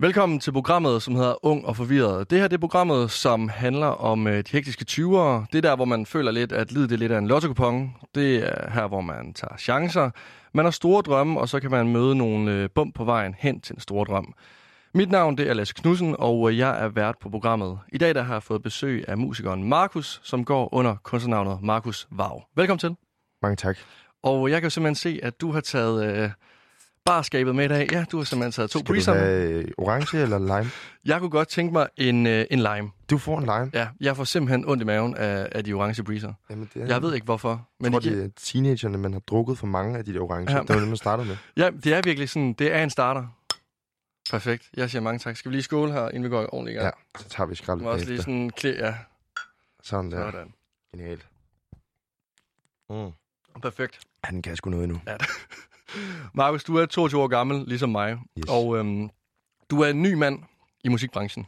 Velkommen til programmet, som hedder Ung og Forvirret. Det her det er programmet, som handler om de hektiske 20'ere. Det er der, hvor man føler lidt, at livet er lidt af en lottokupon. Det er her, hvor man tager chancer. Man har store drømme, og så kan man møde nogle bump på vejen hen til en stor drøm. Mit navn det er Lasse Knudsen, og jeg er vært på programmet. I dag der har jeg fået besøg af musikeren Markus, som går under kunstnernavnet Markus Vag. Velkommen til. Mange tak. Og jeg kan simpelthen se, at du har taget barskabet med i dag. Ja, du har simpelthen taget 2 breezer med. Skal du have orange eller lime? Jeg kunne godt tænke mig en lime. Du får en lime? Ja, jeg får simpelthen ondt i maven af de orange breezer. Jamen, det er... Jeg ved ikke hvorfor. Men jeg tror, det er teenagerne, man har drukket for mange af de der orange. Ja. Det var det, man startede med. Ja, det er virkelig sådan, det er en starter. Perfekt. Jeg siger mange tak. Skal vi lige skåle her, inden vi går ordentligt i gang? Ja, så tager vi skraldet bagefter. Også lige sådan ja. Sådan der. Genialt. Perfekt. Han kan sgu noget endnu. Ja. Markus, du er 22 år gammel, ligesom mig. Yes. Og du er en ny mand i musikbranchen.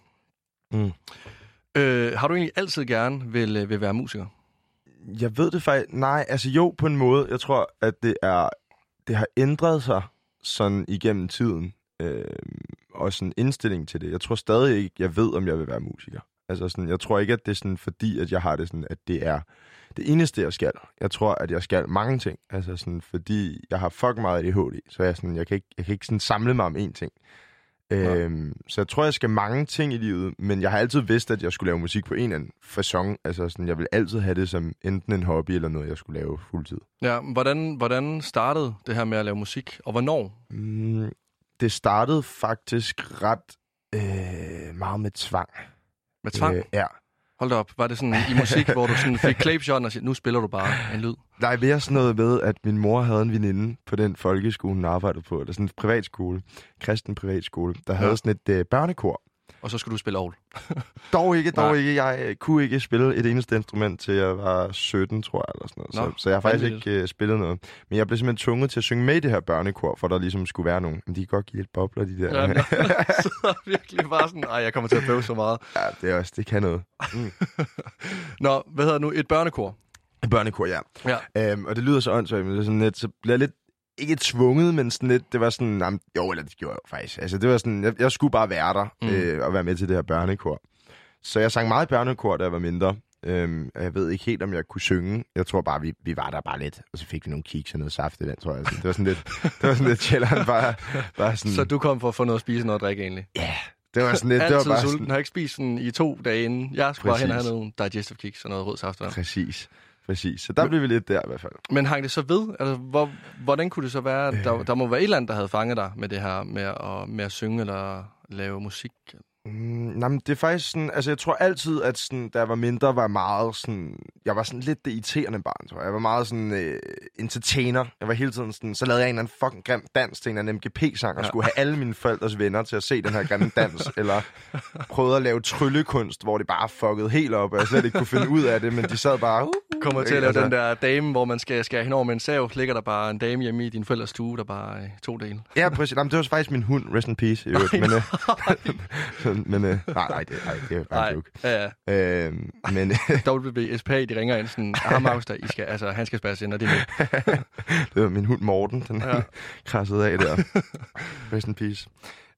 Har du egentlig altid gerne vil være musiker? Jeg ved det faktisk. Nej, altså jo, på en måde. Jeg tror, at det har ændret sig sådan igennem tiden. Og sådan en indstilling til det. Jeg tror stadig ikke, jeg ved, om jeg vil være musiker. Altså sådan, jeg tror ikke, at det er sådan, fordi, at jeg har det sådan, at det er det eneste, jeg skal. Jeg tror, at jeg skal mange ting. Altså sådan, fordi jeg har fucking meget ADHD, så jeg kan ikke sådan samle mig om én ting. Så jeg tror, jeg skal mange ting i livet, men jeg har altid vidst, at jeg skulle lave musik på en eller anden facon. Altså sådan, jeg vil altid have det som enten en hobby eller noget, jeg skulle lave fuldtid. Ja, hvordan startede det her med at lave musik, og hvornår? Det startede faktisk ret meget med tvang. Med tvang? Ja. Hold da op. Var det sådan i musik, hvor du sådan fik klapshot og siger, nu spiller du bare en lyd? Nej, det er sådan noget med, at min mor havde en veninde på den folkeskole, hun arbejdede på. Eller sådan en privatskole, kristen privatskole, der havde sådan et børnekor. Og så skulle du spille orgel? Dog ikke. Jeg kunne ikke spille et eneste instrument, til jeg var 17, tror jeg, eller sådan noget. Så jeg har faktisk ikke spillet noget. Men jeg blev simpelthen tvunget til at synge med i det her børnekor, for der ligesom skulle være nogen. Men de kan godt give lidt bobler, de der. Ja, så virkelig bare sådan, jeg kommer til at bøve så meget. Ja, det kan noget. Nå, hvad hedder nu? Et børnekor? Et børnekor, ja. Og det lyder så åndssvagt, men det er sådan lidt, så bliver jeg lidt ikke tvunget, men sådan lidt, det var sådan, eller det gjorde jeg faktisk. Altså, det var sådan, jeg skulle bare være der og være med til det her børnekor. Så jeg sang meget i børnekor, da jeg var mindre. Jeg ved ikke helt, om jeg kunne synge. Jeg tror bare, vi var der bare lidt, og så fik vi nogle kiks og noget saft i den, tror jeg. Det var sådan lidt chilleren, bare sådan. Så du kom for at få noget at spise og noget at drikke egentlig? Ja, det var sådan lidt. Altid det var bare sulten, sådan... har ikke spist sådan i 2 dage inden. Jeg skulle bare hen og have nogle digestive kiks og noget rød saft. Præcis. Så der blev vi lidt der i hvert fald. Men hang det så ved? Altså, hvordan kunne det så være? Der må være et eller andet, der havde fanget dig med det her med at synge eller lave musik? Nej, men det er faktisk sådan, altså jeg tror altid, at sådan, da jeg var mindre, var jeg meget sådan, jeg var sådan lidt det irriterende barn, tror jeg. Jeg var meget sådan entertainer. Jeg var hele tiden sådan, så lavede jeg en eller anden fucking grim dans til en eller anden MGP-sang, og skulle have alle mine forældres venner til at se den her grimme dans, eller prøvede at lave tryllekunst, hvor det bare fuckede helt op, og jeg slet ikke kunne finde ud af det, men de sad bare... Kommer til at lave den der dame, hvor man skal skære hende over med en sav, ligger der bare en dame hjemme i din forældres stue, der bare er 2 dele. Ja, præcis. Jamen, det var faktisk min hund, rest in peace, i øvrigt, men nej, det er bare en joke. Ja. Men WSPA, de ringer ind sådan, Markus der, han skal spasse ind, og det er det var min hund Morten, den krassede af der. Rest in peace.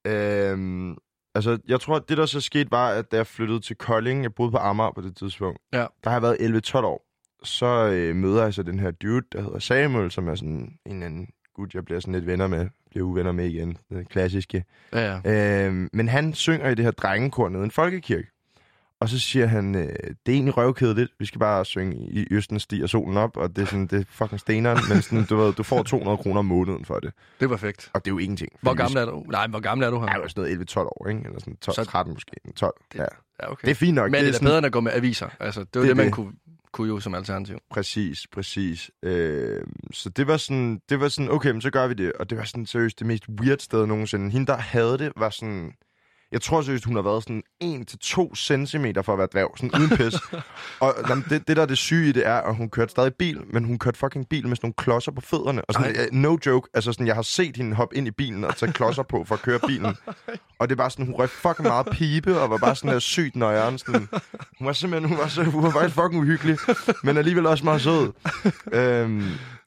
Altså, jeg tror, at det der så skete var, at da jeg flyttede til Kolding, jeg boede på Amager på det tidspunkt, der har jeg været 11-12 år, så møder jeg så den her dude, der hedder Samuel, som er sådan en anden gut, jeg bliver sådan lidt venner med, bliver uvenner med igen, det klassiske. Ja. Men han synger i det her drengekor nede i en folkekirke. Og så siger han, det er egentlig røvkedeligt, vi skal bare synge i Østen stiger solen op, og det er sådan, det er fucking steneren, men sådan, du får 200 kroner om måneden for det. Det er perfekt. Og det er jo ingenting. Hvor gammel er du? Nej, hvor gammel er du her? Jeg er jo sådan noget 11-12 år, ikke? Eller sådan 12-13 måske. 12, ja, okay. Det er fint nok. Men det er bedre, end at gå med aviser. Altså, det var det man kunne jo som alternativ. Præcis. Så det var sådan, okay, men så gør vi det. Og det var sådan seriøst det mest weird sted nogensinde. Hende, der havde det, var sådan... Jeg tror seriøst, hun har været sådan 1-2 centimeter for at være dværg, sådan uden pis. Og det der er det syge i det er, at hun kørte stadig bil, men hun kørte fucking bil med sådan nogle klodser på fødderne. Og sådan, no joke, altså sådan, jeg har set hende hoppe ind i bilen og tage klodser på for at køre bilen. Og det er bare sådan, hun røg fucking meget pibe, og var bare sådan der sygt nøjeren. Sådan. Hun var faktisk fucking uhyggelig, men alligevel også meget sød.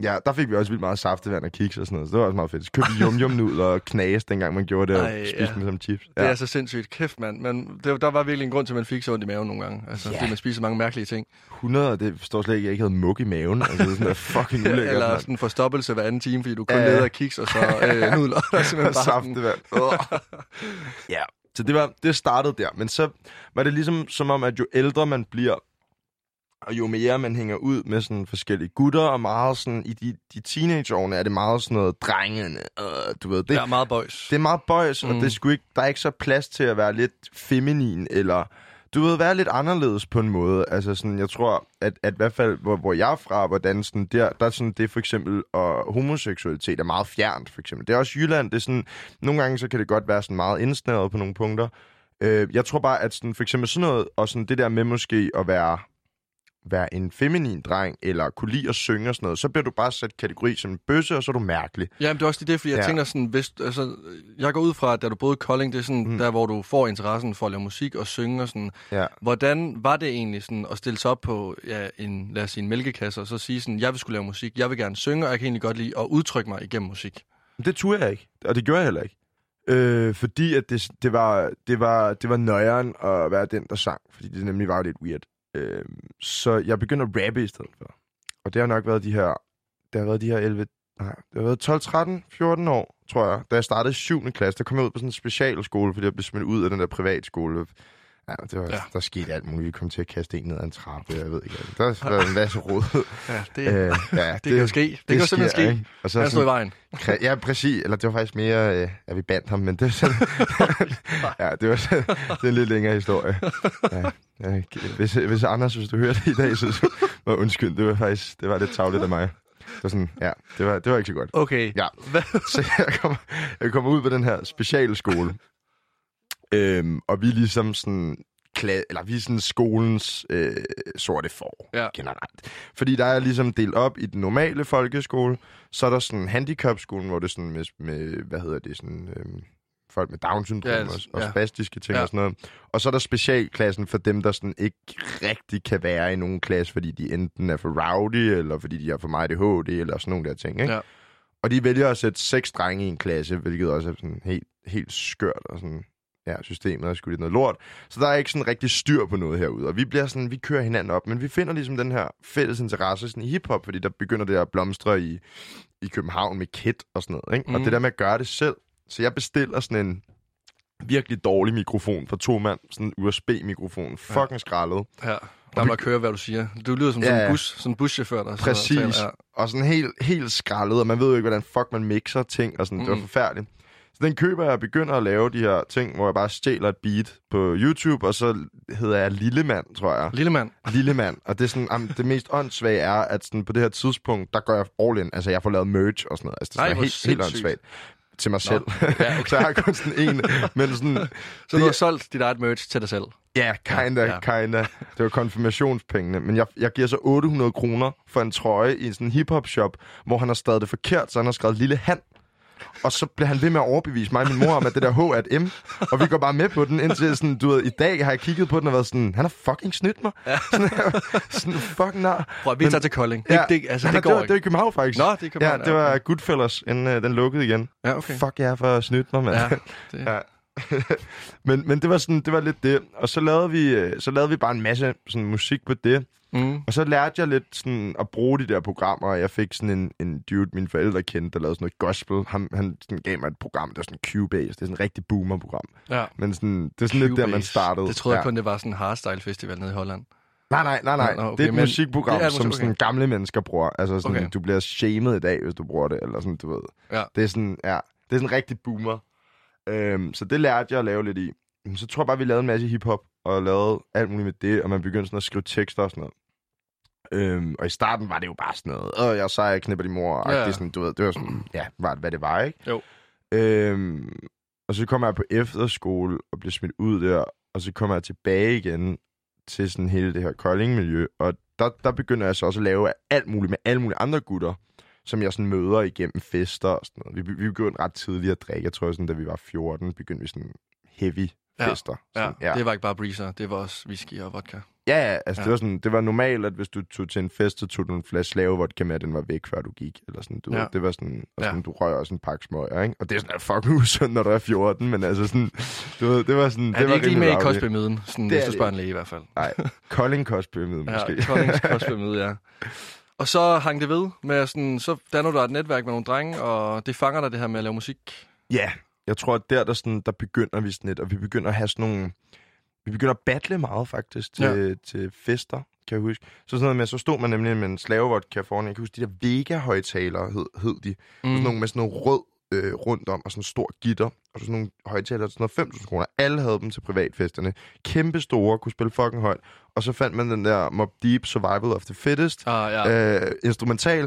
Ja, der fik vi også vildt meget saftevand og kiks og sådan noget, så det var også meget fedt. Så købte vi yum-yum-nudler og knas, dengang man gjorde det, og spiste dem som chips. Det er så sindssygt. Kæft, mand. Men der var virkelig en grund til, at man fik så ondt i maven nogle gange. Altså, fordi man spiser mange mærkelige ting. 100, det forstår slet ikke, at jeg ikke havde mug i maven. Altså, det er sådan der fucking ulækkert. Eller sådan en forstoppelse hver anden time, fordi du kun leder af kiks og så nudler. Og saftevand. Ja, så det startede der. Men så var det ligesom som om, at jo ældre man bliver, og jo mere man hænger ud med sådan forskellige gutter, og meget sådan, i de teenageårene er det meget sådan noget drengende, du ved. Det er meget boys. Det er meget boys, og det skulle ikke, der er ikke så plads til at være lidt feminin, eller du ved, være lidt anderledes på en måde. Altså sådan, jeg tror, at i hvert fald, hvor jeg er fra, hvordan sådan, der er sådan det for eksempel, og homoseksualitet er meget fjernt, for eksempel. Det er også Jylland, det er sådan, nogle gange så kan det godt være sådan meget indsnæret på nogle punkter. Jeg tror bare, at sådan, for eksempel sådan noget, og sådan det der med måske at være en feminin dreng, eller kunne lide at synge og sådan noget, så bliver du bare sat kategori som en bøsse, og så er du mærkelig. Jamen, det er også det, fordi jeg tænker sådan, jeg går ud fra, at da du boede i Kolding, det er sådan, der hvor du får interessen for at lave musik og synge og sådan. Ja. Hvordan var det egentlig sådan, at stille sig op på lad os sige, en mælkekasse, og så sige sådan, jeg vil skulle lave musik, jeg vil gerne synge, og jeg kan egentlig godt lide at udtrykke mig igennem musik? Det turde jeg ikke, og det gjorde jeg heller ikke. Fordi at det var nøjeren at være den, der sang, fordi det nemlig var lidt weird. Så jeg begyndte at rappe i stedet for. Og det har nok været de her 12, 13, 14 år, tror jeg. Da jeg startede i 7. klasse, der kom jeg ud på sådan en specialskole, fordi jeg blev smidt ud af den der privatskole. Ja, der skete alt muligt. Vi kom til at kaste en ned ad en trappe, jeg ved ikke. Der var en masse rod. Det kan jo ske. Det kan simpelthen ske. Ikke? Og så han stod i vejen. Ja, præcis. Eller det var faktisk mere, at vi bandt ham, men det er sådan... ja, det er en lidt længere historie. Ja, hvis Anders, hvis du hører det i dag, så var undskyld. Det var lidt tavligt af mig. Det var sådan, ja, det var ikke så godt. Okay. Ja. Så jeg kommer ud på den her specialskole. Og vi er ligesom sådan, vi er sådan skolens sorte får, generelt. Fordi der er ligesom delt op i den normale folkeskole, så er der sådan handicapskolen, hvor det er sådan med folk med Down-syndrom og spastiske ting og sådan noget. Og så er der specialklassen for dem, der sådan ikke rigtig kan være i nogen klasse, fordi de enten er for rowdy, eller fordi de har for meget ADHD, eller sådan nogle der ting, ikke? Ja. Og de vælger at sætte 6 drenge i en klasse, hvilket også er sådan helt skørt og sådan... Ja, systemet er sgu lidt noget lort. Så der er ikke sådan rigtig styr på noget herude. Og vi kører hinanden op, men vi finder ligesom den her fælles interesse sådan i hiphop, fordi der begynder det at blomstre i København med Kid og sådan noget, ikke? Og det der med at gøre det selv. Så jeg bestiller sådan en virkelig dårlig mikrofon fra 2 mand, sådan en USB-mikrofon, fucking skrællet. Ja. Der må høre, hvad du siger. Du lyder som sådan en buschauffør, der præcis. Så og sådan helt skrællet, og man ved jo ikke, hvordan fuck man mixer ting, og sådan. Det var forfærdeligt. Så den køber jeg og begynder at lave de her ting, hvor jeg bare stjæler et beat på YouTube, og så hedder jeg Lillemand, tror jeg. Lillemand. Og det er sådan, det mest åndssvage er, at sådan på det her tidspunkt, der går jeg all in. Altså, jeg får lavet merch og sådan noget. Altså, det er helt åndssvagt til mig selv. Ja, okay. Så jeg har kun sådan en, men sådan... Så du har solgt dit eget merch til dig selv? Ja, kinda. Det var konfirmationspengene. Men jeg giver så 800 kroner for en trøje i en sådan hip-hop-shop, hvor han har stadig det forkert, så han har skrevet Lille Han. Og så bliver han ved med at overbevise mig og min mor om, at det der H er et M. Og vi går bare med på den, indtil sådan, du ved, i dag har jeg kigget på den og været sådan, han har fucking snydt mig. Ja. sådan fucking nar. Prøv, vi tager til Kolding. Ja, det går ikke. Det er i København, faktisk. Nå, det er København. Ja, det var Goodfellas, inden den lukkede igen. Ja, okay. Fuck jer for at snyde mig, mand. Ja, det... ja. men det var lidt det. Og så lavede vi bare en masse sådan, musik på det. Og så lærte jeg lidt sådan at bruge de der programmer, og jeg fik sådan en dude, mine forældre kendte, der lavede sådan noget gospel. Han sådan gav mig et program, der var sådan Cubase. Det er sådan et rigtig boomer-program. Ja. Men sådan, det er sådan lidt der, man startede. Det troede jeg kun, det var sådan en hardstyle-festival nede i Holland. Nej. Okay, det er et musikprogram, som sådan gamle mennesker bruger. Altså sådan, du bliver shamed i dag, hvis du bruger det, eller sådan, du ved. Ja. Det er sådan, det er sådan rigtig boomer. Så det lærte jeg at lave lidt i. Så tror jeg bare, vi lavede en masse hiphop, og lavede alt muligt med det, og man begyndte sådan at skrive tekster og sådan noget. Og i starten var det jo bare sådan noget, jeg sejrer, jeg knipper din mor, og det, sådan, du ved, det var sådan, hvad det var, ikke? Jo. Og så kommer jeg på efterskole og bliver smidt ud der, og så kommer jeg tilbage igen til sådan hele det her Kolding-miljø, og der begynder jeg så også at lave alt muligt med alle mulige andre gutter, som jeg sådan møder igennem fester og sådan noget. Vi begyndte ret tidligt at drikke, jeg tror sådan, da vi var 14, begyndte vi sådan heavy fester. Ja. Det var ikke bare breezer, det var også whisky og vodka. Ja, altså det var normalt, at hvis du tog til en fest, så tog du en flaske slavevodka med, at den var væk, før du gik. Eller sådan, ved, det var sådan, og sådan, du røg også en pakke smøger, ikke? Og det er sådan, fucking usundt, når du er 14, men altså sådan, du ved, det var sådan... Ja, det er ikke lige med i Cosby-møden, sådan, hvis du spørger en læge i hvert fald. Nej, Kolding Cosby-møde måske. Ja, Koldings Cosby-møde, ja. Og så hang det ved med sådan, så danner du et netværk med nogle drenge, og det fanger dig det her med at lave musik. Ja, jeg tror, at der begynder vi sådan lidt, og vi begynder at have sådan nogle... Vi begynder at battle meget, faktisk, til fester, kan jeg huske. Så sådan noget med, så stod man nemlig med en slavevodka foran. Jeg kan huske, de der Vega-højtalere hed de. Sådan nogle med sådan noget rød rundt om, og sådan en stor gitter. Og sådan nogle højtalere til sådan noget 5.000 kroner. Alle havde dem til privatfesterne. Kæmpe store, kunne spille fucking højt. Og så fandt man den der Mobb Deep Survival of the Fittest. Instrumental.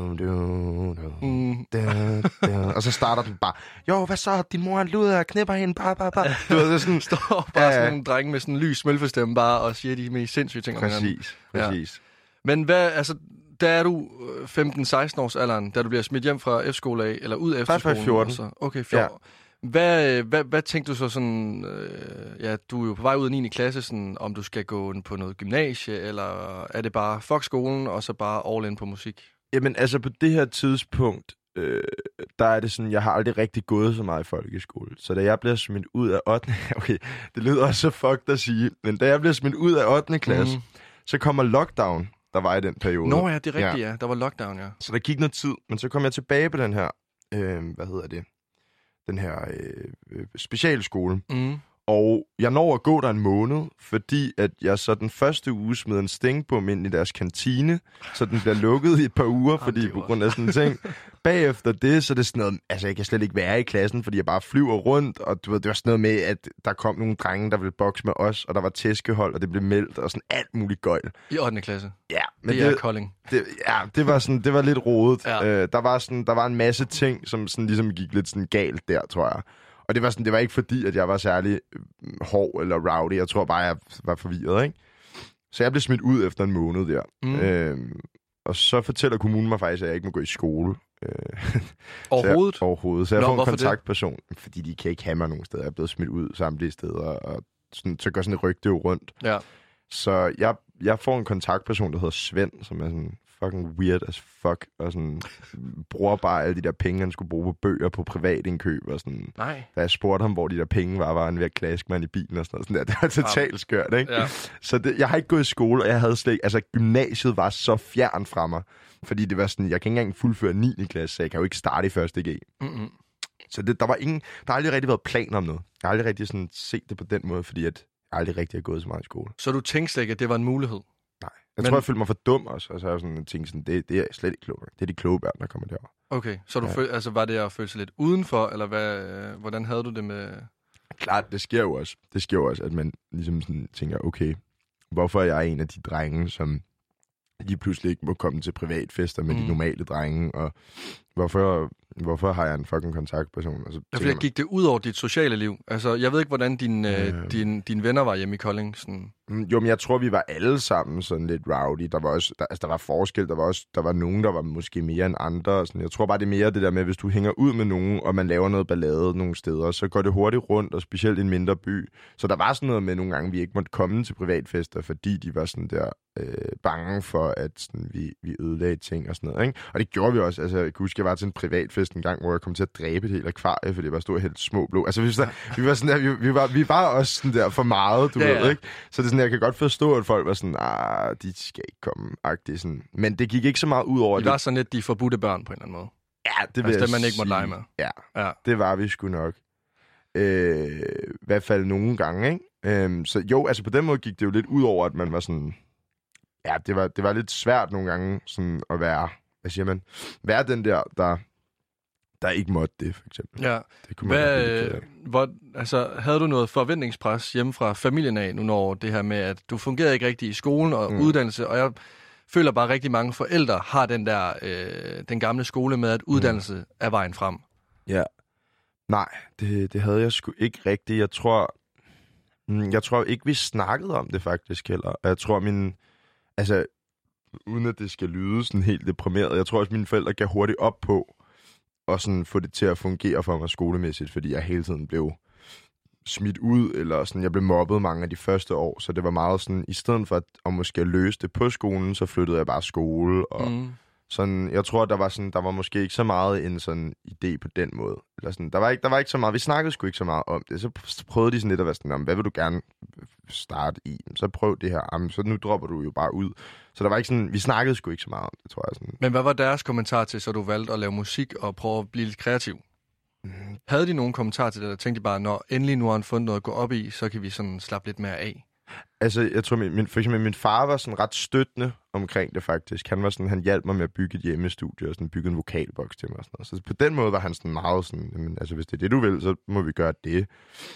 Og så starter den bare. Jo, hvad så? Din mor er en luder og knipper hende. Bare. Du ved, det sådan... Står bare sådan en dreng med sådan en lys smølfestemme bare og siger de mest sindssyge ting om hinanden. Præcis. Men hvad, altså... Der er du 15-16 års alderen, da du bliver smidt hjem fra F-skole af, eller ud af efterskolen. Faktisk 14. Så. Okay, 14. Ja. Hvad tænkte du så sådan, du er jo på vej ud af 9. klasse, sådan, om du skal gå på noget gymnasie, eller er det bare fuck skolen, og så bare all in på musik? Jamen altså på det her tidspunkt, der er det sådan, jeg har aldrig rigtig gået så meget i folkeskole. Så da jeg bliver smidt ud af 8. Okay, det lyder også så fucked at sige, men da jeg bliver smidt ud af 8. klasse, så kommer lockdown. Der var i den periode. Nå ja, det er rigtigt, ja. Der var lockdown, ja. Så der gik noget tid, men så kom jeg tilbage på den her, specialskole. Og jeg når at gå der en måned, fordi at jeg så den første uge smed en stingbom ind i deres kantine, så den bliver lukket i et par uger, fordi på grund af sådan en ting. Bagefter det, så er det sådan noget, altså jeg kan slet ikke være i klassen, fordi jeg bare flyver rundt, og du ved, det var sådan noget med, at der kom nogle drenge, der ville bokse med os, og der var tæskehold, og det blev meldt, og sådan alt muligt gøjl. I 8. klasse? Ja. Men det er Kolding. Det var sådan, det var lidt rodet. Ja. Der var en masse ting, som sådan ligesom gik lidt sådan galt der, tror jeg. Og det var ikke fordi, at jeg var særlig hård eller rowdy. Jeg tror bare, jeg var forvirret, ikke? Så jeg blev smidt ud efter en måned der. Og så fortæller kommunen mig faktisk, at jeg ikke må gå i skole. Overhovedet? Overhovedet. Så jeg får en kontaktperson, fordi de kan ikke have mig nogen steder. Jeg er blevet smidt ud samtlige steder, og sådan, så går sådan et rygte jo rundt. Ja. Så jeg får en kontaktperson, der hedder Svend, som er sådan fucking weird as fuck, og sådan bruger bare alle de der penge, han skulle bruge på bøger på privatindkøb, og sådan. Nej. Da jeg spurgte ham, hvor de der penge var han ved at klaske mig i bilen og sådan noget. Sådan der. Det var totalt skørt, ikke? Ja. Så jeg har ikke gået i skole, og jeg havde slet ikke, altså gymnasiet var så fjern fra mig, fordi det var sådan, jeg kan ikke engang fuldføre 9. klasse, så jeg kan jo ikke starte i 1. G. Så der har aldrig rigtig været planer om noget. Jeg har aldrig rigtig sådan set det på den måde, fordi at jeg aldrig rigtig har gået så meget i skole. Så du tænkte slet ikke, at det var en mulighed? Nej. Jeg tror, jeg følte mig for dum også. Og så har jeg sådan tænkt sådan, det er slet ikke klogt. Det er de kloge børn, der kommer derover. Okay, så du var det at føle sig lidt udenfor, eller hvordan havde du det med... Klart, det sker jo også, at man ligesom sådan tænker, okay, hvorfor er jeg en af de drenge, som de pludselig ikke må komme til privatfester med de normale drenge, og hvorfor har jeg en fucking kontaktperson? Altså, fordi gik det ud over dit sociale liv? Altså, jeg ved ikke, hvordan dine venner var hjemme i Kolding. Sådan. Jo, men jeg tror, vi var alle sammen sådan lidt rowdy. Der var forskel. Der var nogen, der var måske mere end andre. Sådan. Jeg tror bare, det er mere det der med, hvis du hænger ud med nogen, og man laver noget ballade nogle steder, så går det hurtigt rundt, og specielt i en mindre by. Så der var sådan noget med nogle gange, vi ikke måtte komme til privatfester, fordi de var sådan der bange for, at sådan, vi ødelagde ting og sådan noget. Ikke? Og det gjorde vi også. Altså, jeg kan huske, jeg var til en privatfest en gang, hvor jeg kom til at dræbe et helt akvarie, fordi jeg var stod helt små blå. Altså, vi var sådan der, vi var også sådan der for meget, du ved, ikke? Så det er sådan, jeg kan godt forstå, at folk var sådan, de skal ikke komme-agtigt. Sådan. Men det gik ikke så meget ud over det. Det var sådan lidt de forbudte børn på en eller anden måde. Ja, det vil jeg man ikke måtte lege med. Ja, det var vi sgu nok. I hvert fald nogle gange, ikke? Så jo, altså på den måde gik det jo lidt ud over, at man var sådan... Ja, det var lidt svært nogle gange sådan at være... Hvad siger man? Være den der ikke måtte det, for eksempel. Ja. Det kunne man havde du noget forventningspres hjemme fra familien af, nu når det her med, at du fungerede ikke rigtigt i skolen og uddannelse, og jeg føler bare, at rigtig mange forældre har den der, den gamle skole med, at uddannelse er vejen frem. Ja. Nej, det havde jeg sgu ikke rigtigt. Jeg tror ikke, vi snakkede om det faktisk heller. Jeg tror, altså, uden at det skal lyde sådan helt deprimeret, jeg tror også, mine forældre gav hurtigt op på, og sådan få det til at fungere for mig skolemæssigt, fordi jeg hele tiden blev smidt ud, eller sådan, jeg blev mobbet mange af de første år, så det var meget sådan, i stedet for at måske løse det på skolen, så flyttede jeg bare skole, og sådan, jeg tror, der var måske ikke så meget en sådan idé på den måde. Eller sådan, der var ikke så meget, vi snakkede sgu ikke så meget om det, så prøvede de sådan lidt at være sådan, hvad vil du gerne starte i? Så prøv det her, så nu dropper du jo bare ud. Så der var ikke sådan, vi snakkede sgu ikke så meget om det, tror jeg. Sådan. Men hvad var deres kommentar til, så du valgte at lave musik og prøve at blive lidt kreativ? Havde de nogen kommentar til det, eller tænkte de bare, når endelig nu har han fundet noget at gå op i, så kan vi sådan slappe lidt mere af? Altså, jeg tror, for eksempel min far var sådan ret støttende omkring det faktisk. Han hjalp mig med at bygge et hjemmestudie og sådan bygge en vokalboks til mig og sådan noget. Så på den måde var han sådan meget sådan, jamen, altså hvis det er det, du vil, så må vi gøre det.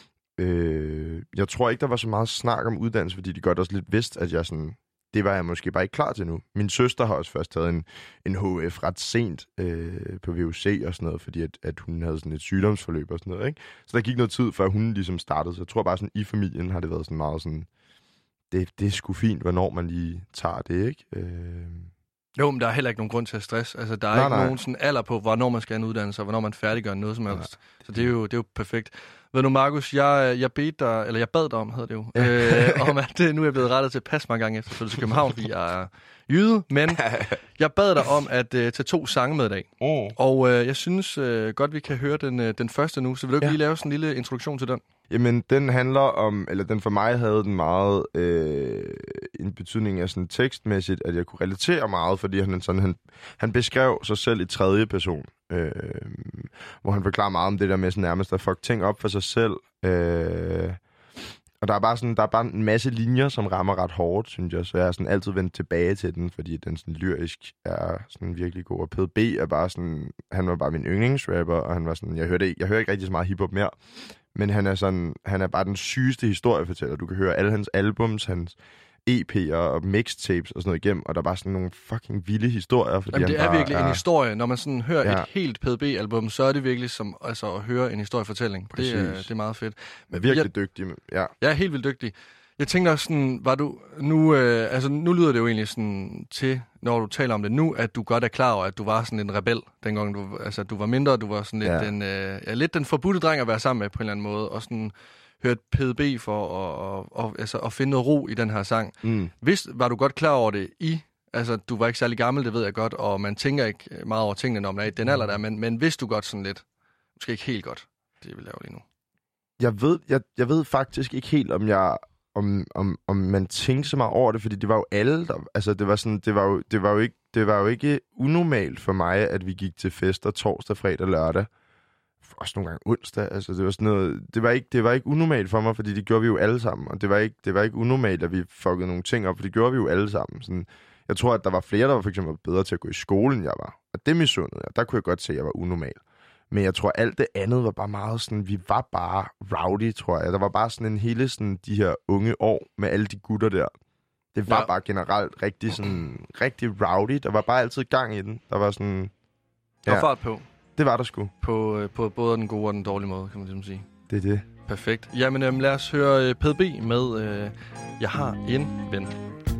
Jeg tror ikke, der var så meget snak om uddannelse, fordi de godt også lidt vidste, at jeg sådan, det var jeg måske bare ikke klar til nu. Min søster har også først taget en HF ret sent på VUC og sådan noget, fordi at hun havde sådan et sygdomsforløb og sådan noget, ikke? Så der gik noget tid, før hun ligesom startede. Så jeg tror bare sådan, i familien har det været sådan meget sådan, det er sgu fint, hvornår man lige tager det, ikke? Jo, men der er heller ikke nogen grund til at stress. Altså, der er ikke nogen sådan alder på, hvornår man skal have en uddannelse, og hvornår man færdiggør noget som helst. Så det er jo perfekt. Ved du, Markus, jeg bad dig om, hedder det jo, om at nu er jeg blevet rettet til at passe mange gange efter flytte til København, fordi jeg er jyde, men jeg bad dig om at tage 2 sange med i dag. Og jeg synes godt, vi kan høre den første nu, så vil du ikke lige lave sådan en lille introduktion til den? Jamen, den handler om, eller den for mig havde den meget en betydning af sådan tekstmæssigt, at jeg kunne relatere meget, fordi han beskrev sig selv i 3. person, hvor han forklarer meget om det der med sådan nærmest at fuck ting op for sig selv. Og der er bare en masse linjer, som rammer ret hårdt, synes jeg, så jeg har sådan altid vendt tilbage til den, fordi den sådan lyrisk er sådan virkelig god. Og PDB er bare sådan, han var bare min yndlingsrapper, og han var sådan, jeg hører ikke rigtig så meget hiphop mere, men han er bare den sygeste historiefortæller. Du kan høre alle hans albums, hans EP'er og mixtapes og sådan noget igennem, og der er bare sådan nogle fucking vilde historier. Fordi jamen, det er virkelig en historie. Når man sådan hører et helt PDB-album, så er det virkelig som altså, at høre en historiefortælling. Det er meget fedt. Men virkelig dygtig. Ja. Jeg er helt vildt dygtig. Jeg tænkte også sådan, var du nu, nu lyder det jo egentlig sådan til, når du taler om det nu, at du godt er klar over, at du var sådan en rebel, dengang du var mindre, du var sådan lidt den forbudte dreng at være sammen med på en eller anden måde, og sådan hørt PDB for at finde noget ro i den her sang. Var du godt klar over det du var ikke særlig gammel, det ved jeg godt, og man tænker ikke meget over tingene, når man er i den alder der, men vidste du godt sådan lidt, måske ikke helt godt, det vi laver lige nu? Jeg ved faktisk ikke helt, om man tænkte så meget over det, fordi det var jo alle, der, altså det var jo ikke unormalt for mig, at vi gik til fester torsdag, fredag, lørdag. Også nogle gange onsdag, altså det var sådan noget, det var ikke unormalt for mig, fordi det gjorde vi jo alle sammen, og det var ikke unormalt, at vi fuckede nogle ting op, for det gjorde vi jo alle sammen. Sådan, jeg tror, at der var flere, der var for eksempel bedre til at gå i skole, end jeg var, og det misundede jeg. Der kunne jeg godt se, at jeg var unormal. Men jeg tror, alt det andet var bare meget sådan, vi var bare rowdy, tror jeg. Der var bare sådan en hele sådan de her unge år med alle de gutter der. Det var bare generelt rigtig rowdy. Der var bare altid gang i den. Der var sådan... Der var fart på. Det var der sgu. På både den gode og den dårlige måde, kan man ligesom sige. Det er det. Perfekt. Jamen lad os høre PDB med Jeg har en ven.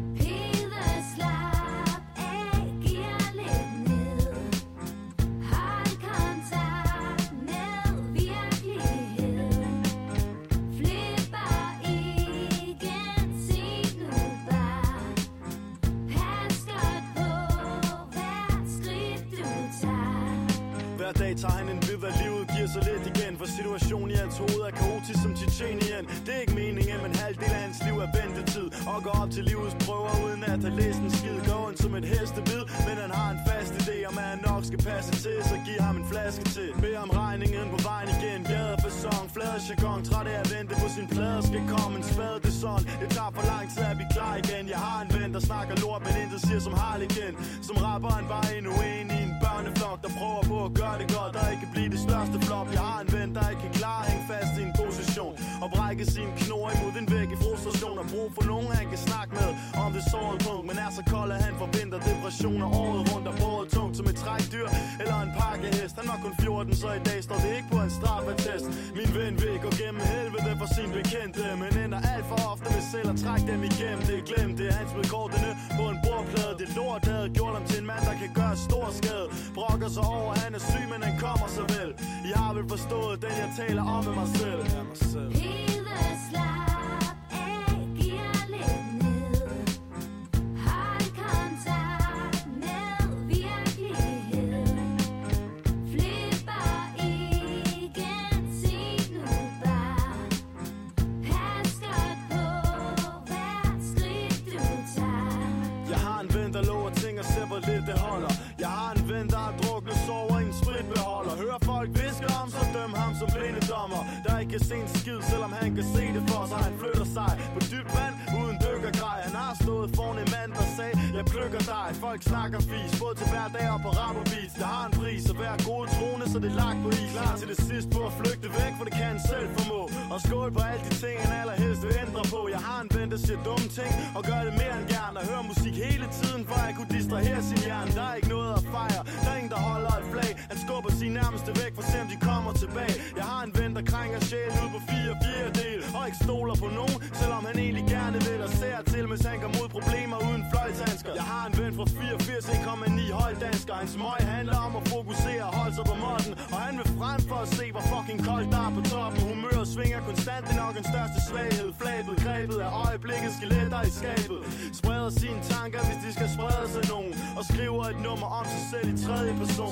Tager han en bid af livet, giver sig lidt igen. For situationen i hans hoved er kaotisk som Tjetjenien. Det er ikke meningen, men halvdel af hans liv er ventetid. Og går op til livets prøver uden at have læst en skid. Går ondt som et hestebid, men han har en fast idé om at han nok skal passe til. Så giv ham en flaske til. Bed om regningen på vejen igen. Gade for song, flade jargon. Træt af at vente på sin plade. Skal komme en spade, det sådan. Det tager for lang tid at blive klar igen. Jeg har en ven, der snakker lort, men intet siger som Harlekin. Som rapperen var endnu en i en børneflok, der prøver på at gøre det godt, der ikke kan blive det største flop. Jeg har en ven, der ikke kan klare at hænge fast i en position og brække sine knor imod en væg i frustration og brug for nogen, han kan snakke med om det sårede punkt. Men er så kold, at han forventer depressioner året rundt og båret tungt som et trækdyr eller en pakkehest. Han var kun 14, så i dag står det ikke på en straffetest. Min ven vil gå gennem helvede for sin bekendte, men ender alt for ofte med selv at trække dem igennem. Det er glemt, det er hans med kortene på en bordplade. Det lort havde gjort ham til en mand, der kan gøre stor skade. Brokker brokker sig over, han er syg, men han kommer så vel. I har vel forstået den, jeg taler om med mig selv. Hele slap af, giver lidt ned. Hold kontakt med virkeligheden. Flipper igen, sig nu bare. Pas godt på hvert skridt du tager. Jeg har en ven, der lover ting og ser, hvor lidt det holder. Jeg har en ven, der har druknet sover i en spritbeholder. Hører folk viske om, så døm ham som blinde dommer. Der ikke kan se en skid, selvom han kan se det for sig. Han flytter sig på dybt vand, uden dykkergrej. Han har stået foran en mand, der sagde, jeg plukker dig. Folk snakker fis, både til hver dag og på rap og beats. Der har en pris, og hver gode trone, så det er lagt på is. Klar til det sidste på at flygte væk, for det kan han selv formå. Og skål på alle de ting, han allerhelst vil ændre på. Jeg har en ven, der siger dumme ting, og gør det mere end gerne. Og hører musik hele tiden, for at kunne distrahere sin hjerne. Der er ikke noget at fejre, der er ingen, der holder et flag. Han skubber sin nærmeste væk, for at se om de kommer tilbage. Jeg har en ven, der krænger sjælen ud på 4/4, og ikke stoler på nogen, selvom han egentlig gerne vil. Og ser til, mens han går mod problemer uden fløjthandsker. Jeg har en ven fra 84,9 holddansker. Hans møg handler om at fokusere og holde sig på måtten. Og han vil frem for at se, hvor fucking koldt der er på toppen. Humøret svinger konstant, det er nok en største svaghed. Flabet, grebet af øjeblikket, skeletter i skabet. Spreder sine tanker, hvis de skal sprede sig nogen. Og skriver et nummer om sig selv i tredje person.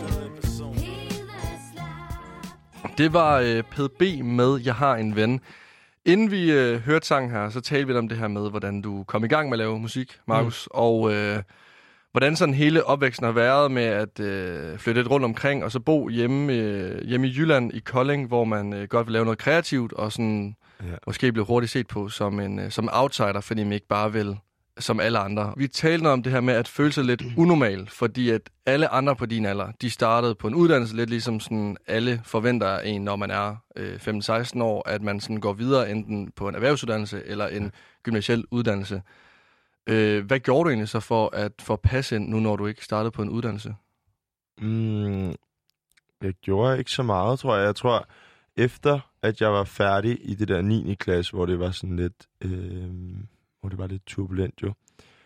Det var PDB med Jeg har en ven. Inden vi hørte sangen her, så talte vi om det her med, hvordan du kom i gang med at lave musik, Markus. Og hvordan sådan hele opvæksten har været med at flytte lidt rundt omkring, og så bo hjemme i Jylland i Kolding, hvor man godt vil lave noget kreativt, og sådan måske blive hurtigt set på som outsider, fordi man ikke bare vil som alle andre. Vi talte om det her med at føle sig lidt unormal, fordi at alle andre på din alder, de startede på en uddannelse lidt ligesom sådan alle forventer en, når man er 15-16 år, at man sådan går videre enten på en erhvervsuddannelse eller en gymnasiel uddannelse. Hvad gjorde du egentlig så for at passe ind nu, når du ikke startede på en uddannelse? Jeg gjorde ikke så meget, tror jeg. Jeg tror, efter at jeg var færdig i det der 9. klasse, hvor det var sådan lidt... hvor det var lidt turbulent jo,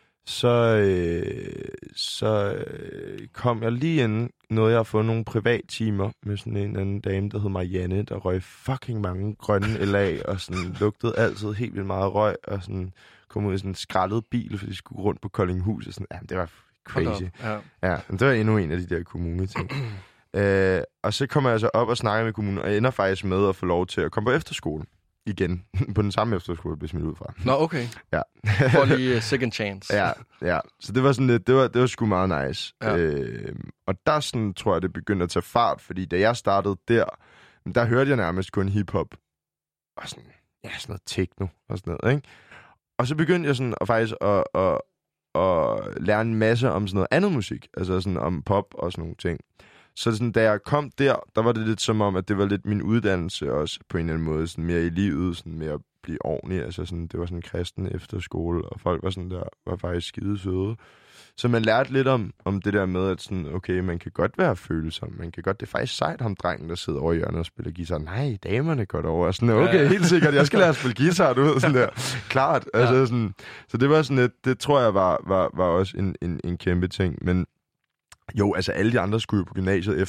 så kom jeg lige ind, nåede jeg at få nogle privattimer med sådan en anden dame, der hed Marianne, der røg fucking mange grønne LA, og sådan lugtede altid helt vildt meget røg, og sådan kom ud i sådan en skrællet bil, fordi de skulle rundt på Koldinghus, og sådan, ja, det var crazy. Ja, men det var endnu en af de der kommuneting. Og så kommer jeg så op og snakker med kommunen, og ender faktisk med at få lov til at komme på efterskole. Igen. På den samme efterskole, blev smidt ud fra. Nå, okay. Ja. For lige second chance. Ja. Så det var sådan lidt, det var sgu meget nice. Ja. Og der sådan, tror jeg, det begyndte at tage fart, fordi da jeg startede der hørte jeg nærmest kun hiphop. Og sådan noget techno og sådan noget, ikke? Og så begyndte jeg sådan faktisk at lære en masse om sådan noget andet musik. Altså sådan om pop og sådan nogle ting. Så sådan, da jeg kom der var det lidt som om, at det var lidt min uddannelse også på en eller anden måde. Sådan mere i livet, sådan mere at blive ordentlig. Altså sådan, det var sådan en kristen efterskole, og folk var sådan der, var faktisk skide søde. Så man lærte lidt om det der med, at sådan, okay, man kan godt være følsom. Man kan godt, det er faktisk sejt, ham drengen, der sidder over i hjørnet og spiller guitar. Nej, damerne går derover. Og sådan, okay, helt sikkert, jeg skal lære at spille guitar, du ved, sådan der. Klart. Altså sådan, så det var sådan lidt, det tror jeg var også en kæmpe ting. Men jo, altså alle de andre skulle jo på gymnasiet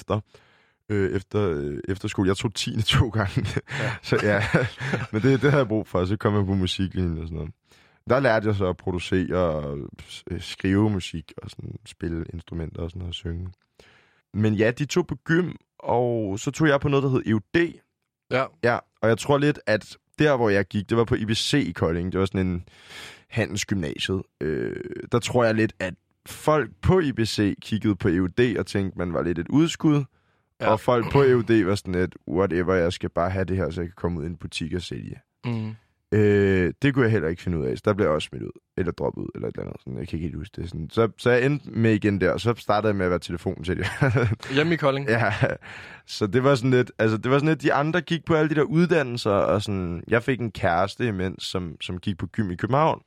efter skole. Jeg tog 10. 2 gange. Ja. Så ja, men det havde jeg brug for. Så kom jeg på musiklinjen og sådan noget. Der lærte jeg så at producere og skrive musik og sådan spille instrumenter og sådan noget og synge. Men ja, de tog på gym, og så tog jeg på noget, der hed EUD. Ja, og jeg tror lidt, at der, hvor jeg gik, det var på IBC i Kolding. Det var sådan en handelsgymnasiet. Der tror jeg lidt, at folk på IBC kiggede på EUD og tænkte, man var lidt et udskud. Ja. Og folk på EUD var sådan et, whatever, jeg skal bare have det her, så jeg kan komme ud i en butik og sælge. Mm. Det kunne jeg heller ikke finde ud af. Så der blev jeg også smidt ud, eller droppet ud, eller et eller andet. Sådan, jeg kan ikke helt huske det. Sådan. Så jeg endte med igen der, og så startede jeg med at være telefonsælger. Hjemme i Kolding? Ja, så det var sådan lidt, de andre gik på alle de der uddannelser, og sådan, jeg fik en kæreste imens, som gik på gym i København.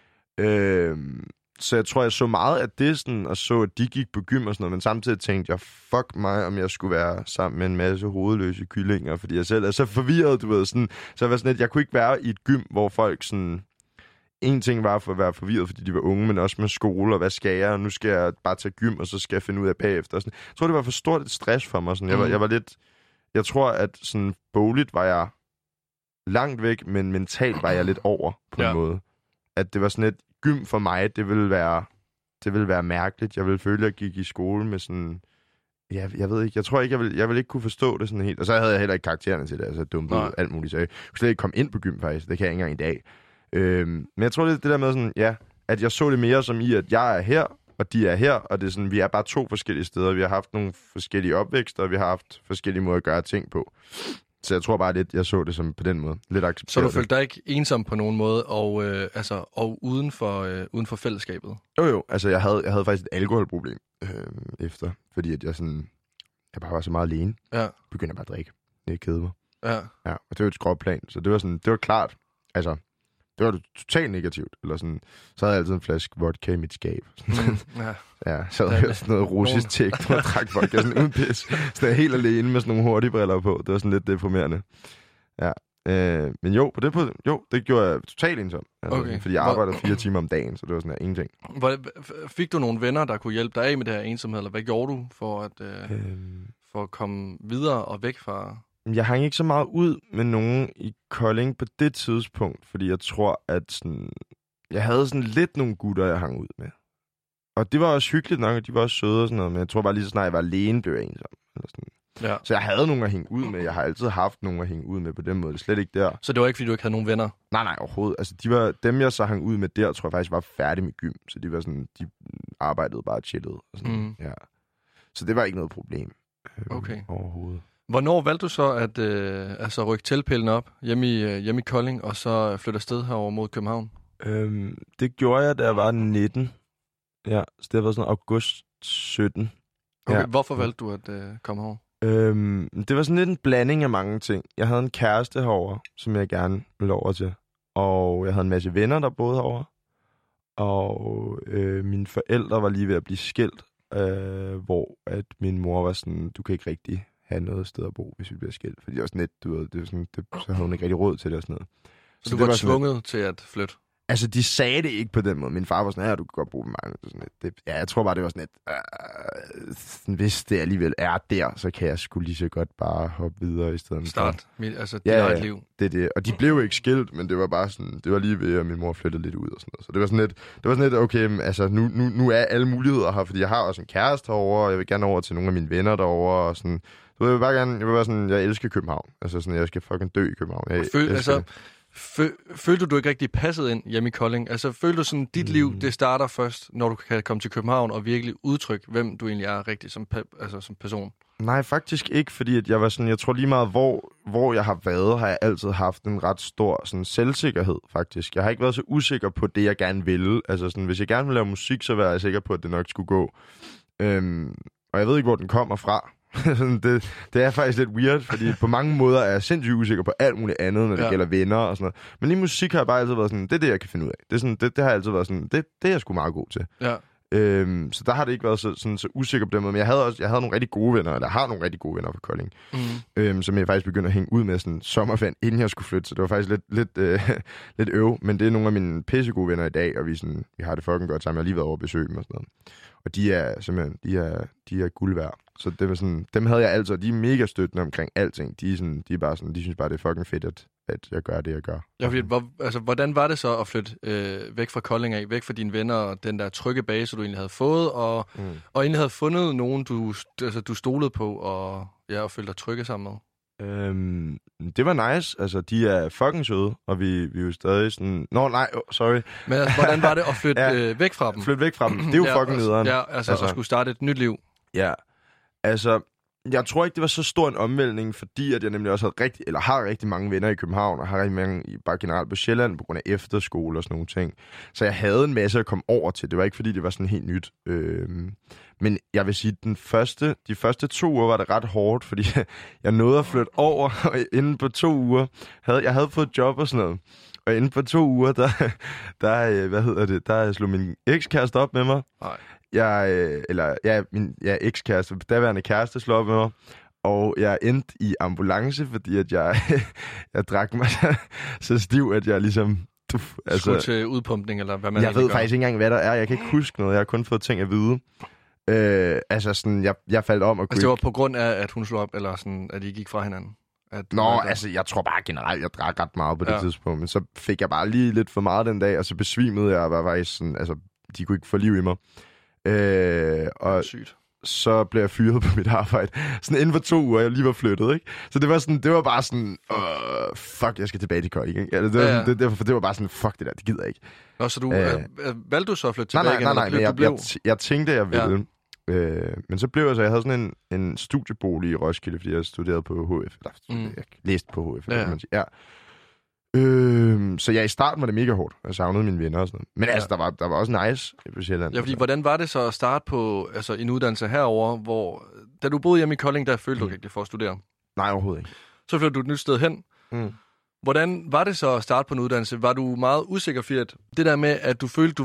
Så jeg tror, jeg så meget af det, sådan, og så, at de gik på gym og sådan noget, men samtidig tænkte jeg, fuck mig, om jeg skulle være sammen med en masse hovedløse kyllinger, fordi jeg selv er så forvirret, du ved, sådan. Så jeg var sådan lidt, jeg kunne ikke være i et gym, hvor folk sådan en ting var for at være forvirret, fordi de var unge, men også med skole, og hvad skal jeg, og nu skal jeg bare tage gym, og så skal jeg finde ud af bagefter. Sådan. Jeg tror, det var for stort et stress for mig. Sådan. Jeg var lidt... Jeg tror, at sådan bogligt var jeg langt væk, men mentalt var jeg lidt over på en måde. At det var sådan et gym for mig, det ville være mærkeligt. Jeg ville føle, at jeg gik i skole med sådan... Ja, jeg ved ikke. Jeg tror ikke, jeg vil ikke kunne forstå det sådan helt. Og så havde jeg heller ikke karaktererne til det. Altså dumpet ud, alt muligt. Så jeg kunne slet ikke komme ind på gym, faktisk. Det kan jeg ikke engang i dag. Men jeg tror, det der med sådan, at jeg så det mere som i, at jeg er her, og de er her, og det er sådan, vi er bare 2 forskellige steder. Vi har haft nogle forskellige opvækster, og vi har haft forskellige måder at gøre ting på. Så jeg tror bare lidt, jeg så det som på den måde. Lidt accepteret. Så du følte dig ikke ensom på nogen måde, og uden for fællesskabet? Jo. Altså, jeg havde faktisk et alkoholproblem efter, fordi at jeg bare var så meget alene. Ja. Begyndte bare at drikke. Det kede mig. Ja. Og det var et skråplan, så det var klart, altså, det var totalt negativt. Eller sådan, så havde jeg altid en flaske vodka i mit skab. Så havde jeg sådan noget russisk tægt, og drak vodka sådan uden pis. Så jeg helt alene med sådan nogle hurtige briller på. Det var sådan lidt deprimerende. Ja. Men det gjorde jeg totalt ensom. Altså, okay. Fordi jeg arbejdede 4 timer om dagen, så det var sådan her ingenting. Fik du nogle venner, der kunne hjælpe dig af med det her ensomhed, eller hvad gjorde du for at komme videre og væk fra... Jeg hang ikke så meget ud med nogen i Kolding på det tidspunkt, fordi jeg tror, at sådan, jeg havde sådan lidt nogle gutter, jeg hang ud med. Og det var også hyggeligt nok, og de var også søde og sådan noget, men jeg tror bare lige så snart jeg var alene, blev jeg ensom. Eller sådan. Ja. Så jeg havde nogen at hænge ud med. Jeg har altid haft nogen at hænge ud med på den måde. Det er slet ikke der. Så det var ikke, fordi du ikke havde nogen venner? Nej, overhovedet. Altså, dem, jeg så hang ud med der, tror jeg faktisk var færdig med gym. Så de var sådan, de arbejdede bare chillet. Og sådan. Ja. Så det var ikke noget problem overhovedet. Hvornår valgte du så at rykke teltpælen op hjemme i Kolding, og så flytte afsted herover mod København? Det gjorde jeg, da jeg var 19. Ja, så det var sådan august 17. Okay, hvorfor valgte du at komme herover? Det var sådan lidt en blanding af mange ting. Jeg havde en kæreste herover, som jeg gerne ville over til. Og jeg havde en masse venner, der boede herover. Og mine forældre var lige ved at blive skilt, hvor at min mor var sådan, du kan ikke rigtig have noget sted at bo, hvis vi bliver skilt. Fordi det var sådan lidt, du ved, så havde hun ikke rigtig råd til det og sådan noget. Så du var tvunget til at flytte? Altså, de sagde det ikke på den måde. Min far var sådan, du kan godt bo med mig. Jeg tror bare, det var sådan et... hvis det alligevel er der, så kan jeg sgu lige så godt bare hoppe videre i stedet. Dit eget liv. Det. Og de blev ikke skilt, men det var bare sådan... Det var lige ved, at min mor flyttede lidt ud og sådan noget. Så det var sådan lidt, okay, altså, nu er alle muligheder her, fordi jeg har også en kæreste herovre, og jeg vil gerne over til nogle af mine venner derovre, og sådan... Så jeg vil bare sådan, jeg elsker København. Altså sådan, jeg skal fucking dø i København. Følte du ikke rigtig passet ind hjemme i Kolding? Altså, følte du sådan, dit liv, det starter først, når du kan komme til København og virkelig udtrykke, hvem du egentlig er rigtig som person? Nej, faktisk ikke, fordi at jeg var sådan, jeg tror lige meget, hvor jeg har været, har jeg altid haft en ret stor sådan, selvsikkerhed, faktisk. Jeg har ikke været så usikker på det, jeg gerne ville. Altså sådan, hvis jeg gerne vil lave musik, så var jeg sikker på, at det nok skulle gå. Og jeg ved ikke, hvor den kommer fra. det er faktisk lidt weird, fordi på mange måder er jeg sindssygt usikker på alt muligt andet, når det gælder venner og sådan noget. Men i musik har jeg bare altid været sådan, det er det, jeg kan finde ud af. Det er sådan, det har altid været sådan, det er jeg sgu meget god til. Ja. Så der har det ikke været så usikker på den måde. Men jeg havde nogle rigtig gode venner, eller har nogle rigtig gode venner fra Kolding, som jeg faktisk begyndte at hænge ud med sådan sommerferien, inden jeg skulle flytte. Så det var faktisk lidt øv. Men det er nogle af mine pissegode venner i dag, og vi har det fucking godt sammen. Jeg har lige været over at besøge dem og sådan noget. Og de er simpelthen, de er guld værd. Så det var sådan, dem havde jeg altid, og de er mega støttende omkring alting. De er bare sådan, de synes bare, det er fucking fedt, at jeg gør det, jeg gør. Ja, fordi, hvordan var det så at flytte væk fra Kolding af, væk fra dine venner, og den der trygge base, du egentlig havde fået, og egentlig havde fundet nogen, du stolede på, og følte dig trygge sammen med? Det var nice. Altså, de er fucking søde, og vi er jo stadig sådan... sorry. Men altså, hvordan var det at flytte væk fra dem? Flytte væk fra dem. Det er jo fucking nederen. Ja, altså at skulle starte et nyt liv. Ja, altså... Jeg tror ikke, det var så stor en omvæltning, fordi at jeg nemlig også har rigtig mange venner i København, og har rigtig mange bare generelt på Sjælland, på grund af efterskole og sådan nogle ting. Så jeg havde en masse at komme over til. Det var ikke, fordi det var sådan helt nyt. Men jeg vil sige, de første 2 uger var det ret hårdt, fordi jeg nåede at flytte over, og inden på 2 uger, jeg havde fået job og sådan noget. Og inden for 2 uger, der slog min ekskæreste op med mig. Nej. Min ekskæreste, daværende kæreste, slog op med mig, og jeg endte i ambulance, fordi at jeg drak mig så stiv, at jeg ligesom Skulle til udpumpning, eller hvad man Jeg ved gør. faktisk ikke engang, hvad der er. Jeg kan ikke huske noget. Jeg har kun fået ting at vide. Altså sådan, jeg faldt om og kunne Altså det var på grund af, at hun slog op, eller sådan, at I gik fra hinanden? Altså jeg tror bare generelt, jeg drak ret meget på det tidspunkt. Men så fik jeg bare lige lidt for meget den dag, og så besvimede jeg, og var faktisk sådan, altså, de kunne ikke få liv i mig. Og sygt. så blev jeg fyret på mit arbejde. Sådan inden for 2 uger, jeg lige var flyttet, ikke? Så det var bare sådan, fuck, jeg skal tilbage til Kolding, ikke? Altså, det var bare sådan, fuck det der, det gider jeg ikke. Nå, så du valgte du så at flytte tilbage igen? Nej, jeg tænkte, jeg ville. Men så blev jeg så, jeg havde sådan en studiebolig i Roskilde, fordi jeg studerede på HF. Jeg læste på HF, kan man sige. Ja. Så i starten var det mega hårdt. Jeg savnede mine venner og sådan noget. Men altså, der var også nice på Sjælland. Ja, fordi hvordan var det så at starte på en uddannelse herover, hvor da du boede hjemme i Kolding, der følte du ikke det for at studere? Nej, overhovedet ikke. Så flyttede du et nyt sted hen. Hvordan var det så at starte på en uddannelse? Var du meget usikker, Fiat? Det der med, at du følte,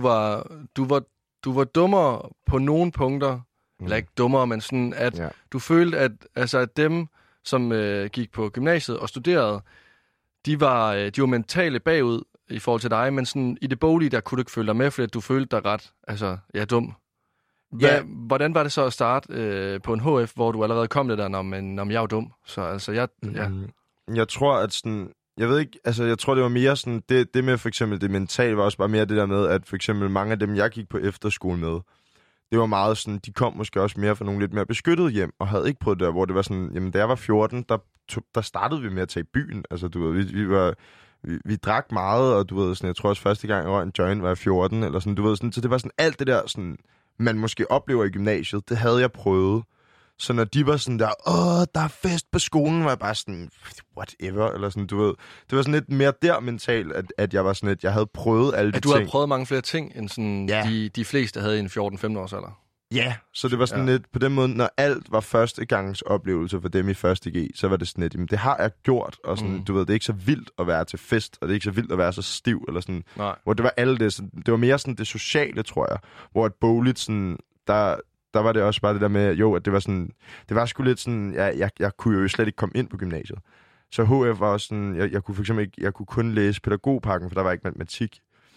du var dummere på nogle punkter, eller ikke dummere, men sådan, at du følte, at dem, som gik på gymnasiet og studerede, de var mentale bagud i forhold til dig, men sådan, i det boglige, der kunne du ikke følge dig med, fordi du følte dig ret, dum. Hvordan var det så at starte på en HF, hvor du allerede kom det der, når jeg er dum? Så altså, Jeg tror, at sådan... Jeg ved ikke, altså jeg tror, det var mere sådan... Det med for eksempel det mentale var også bare mere det der med, at for eksempel mange af dem, jeg gik på efterskole med, det var meget sådan, de kom måske også mere fra nogle lidt mere beskyttede hjem, og havde ikke prøvet det der, hvor det var sådan, jamen da jeg var 14, der startede vi med at tage i byen. Altså du ved, vi drak meget, og du ved sådan, jeg tror også første gang jeg røg en joint, var jeg 14, eller sådan, du ved sådan, så det var sådan alt det der, sådan, man måske oplever i gymnasiet, det havde jeg prøvet. Så når de var sådan der, der er fest på skolen, var jeg bare sådan, whatever, eller sådan, du ved. Det var sådan lidt mere der mentalt, at jeg var sådan lidt, jeg havde prøvet alle de ting. Du havde prøvet mange flere ting, end sådan de fleste havde i en 14-15 års alder. Ja, så det var sådan lidt, på den måde, når alt var førstegangs oplevelse for dem i 1.G, så var det sådan lidt, jamen det har jeg gjort, og sådan, du ved, det er ikke så vildt at være til fest, og det er ikke så vildt at være så stiv, eller sådan. Nej. Hvor det var alle det, sådan, det var mere sådan det sociale, tror jeg, hvor et bogligt sådan, der var det også bare det der med, at det var sådan, det var sgu lidt sådan, jeg kunne jo slet ikke komme ind på gymnasiet. Så HF var også sådan, jeg kunne for eksempel ikke, jeg kunne kun læse pædagogpakken, for der var ikke matematik.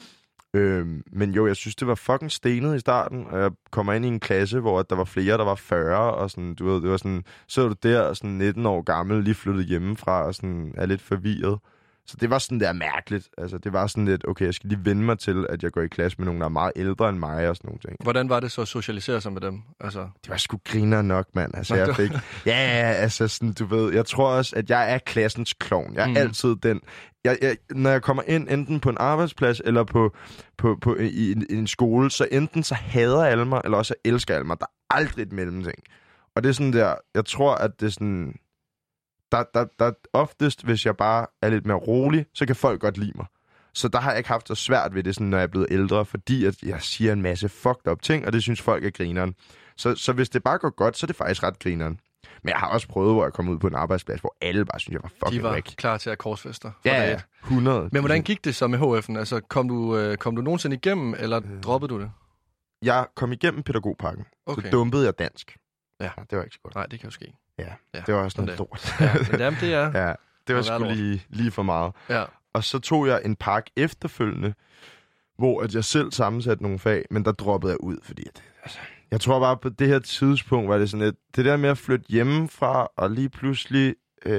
Men jeg synes, det var fucking stenet i starten, og jeg kommer ind i en klasse, hvor der var flere, der var 40, og sådan, du ved, det var sådan, så du der, sådan 19 år gammel, lige flyttet hjemmefra, og sådan er lidt forvirret. Så det var sådan der mærkeligt. Altså, det var sådan lidt, okay, jeg skal lige vende mig til, at jeg går i klasse med nogen, der er meget ældre end mig og sådan nogle ting. Hvordan var det så at socialisere sig med dem? Altså... Det var sgu griner nok, mand. Altså, jeg fik... altså sådan, du ved, jeg tror også, at jeg er klassens klovn. Jeg er altid den... Når jeg kommer ind, enten på en arbejdsplads, eller i en skole, så enten så hader alle mig, eller også elsker alle mig. Der er aldrig et mellemting. Og det er sådan der, jeg tror, at det er sådan... Der oftest, hvis jeg bare er lidt mere rolig, så kan folk godt lide mig. Så der har jeg ikke haft så svært ved det, sådan, når jeg er blevet ældre, fordi at jeg siger en masse fucked up ting, og det synes folk er grineren. Så hvis det bare går godt, så er det faktisk ret grineren. Men jeg har også prøvet, hvor jeg kom ud på en arbejdsplads, hvor alle bare synes, jeg var fucking væk. De var klar til at korsfester. Ja, 100. Men hvordan gik det så med HF'en? Altså, kom du nogensinde igennem, eller droppede du det? Jeg kom igennem pædagogpakken. Okay. Så dumpede jeg dansk. Ja. Det var ikke så godt. Nej, det kan jo ske. Ja, det var også noget lort. Jamen, det er. Ja, det var sgu lige for meget. Ja. Og så tog jeg en pakke efterfølgende, hvor at jeg selv sammensatte nogle fag, men der droppede jeg ud, fordi jeg tror bare på det her tidspunkt, var det sådan et, det der med at flytte hjemmefra, og lige pludselig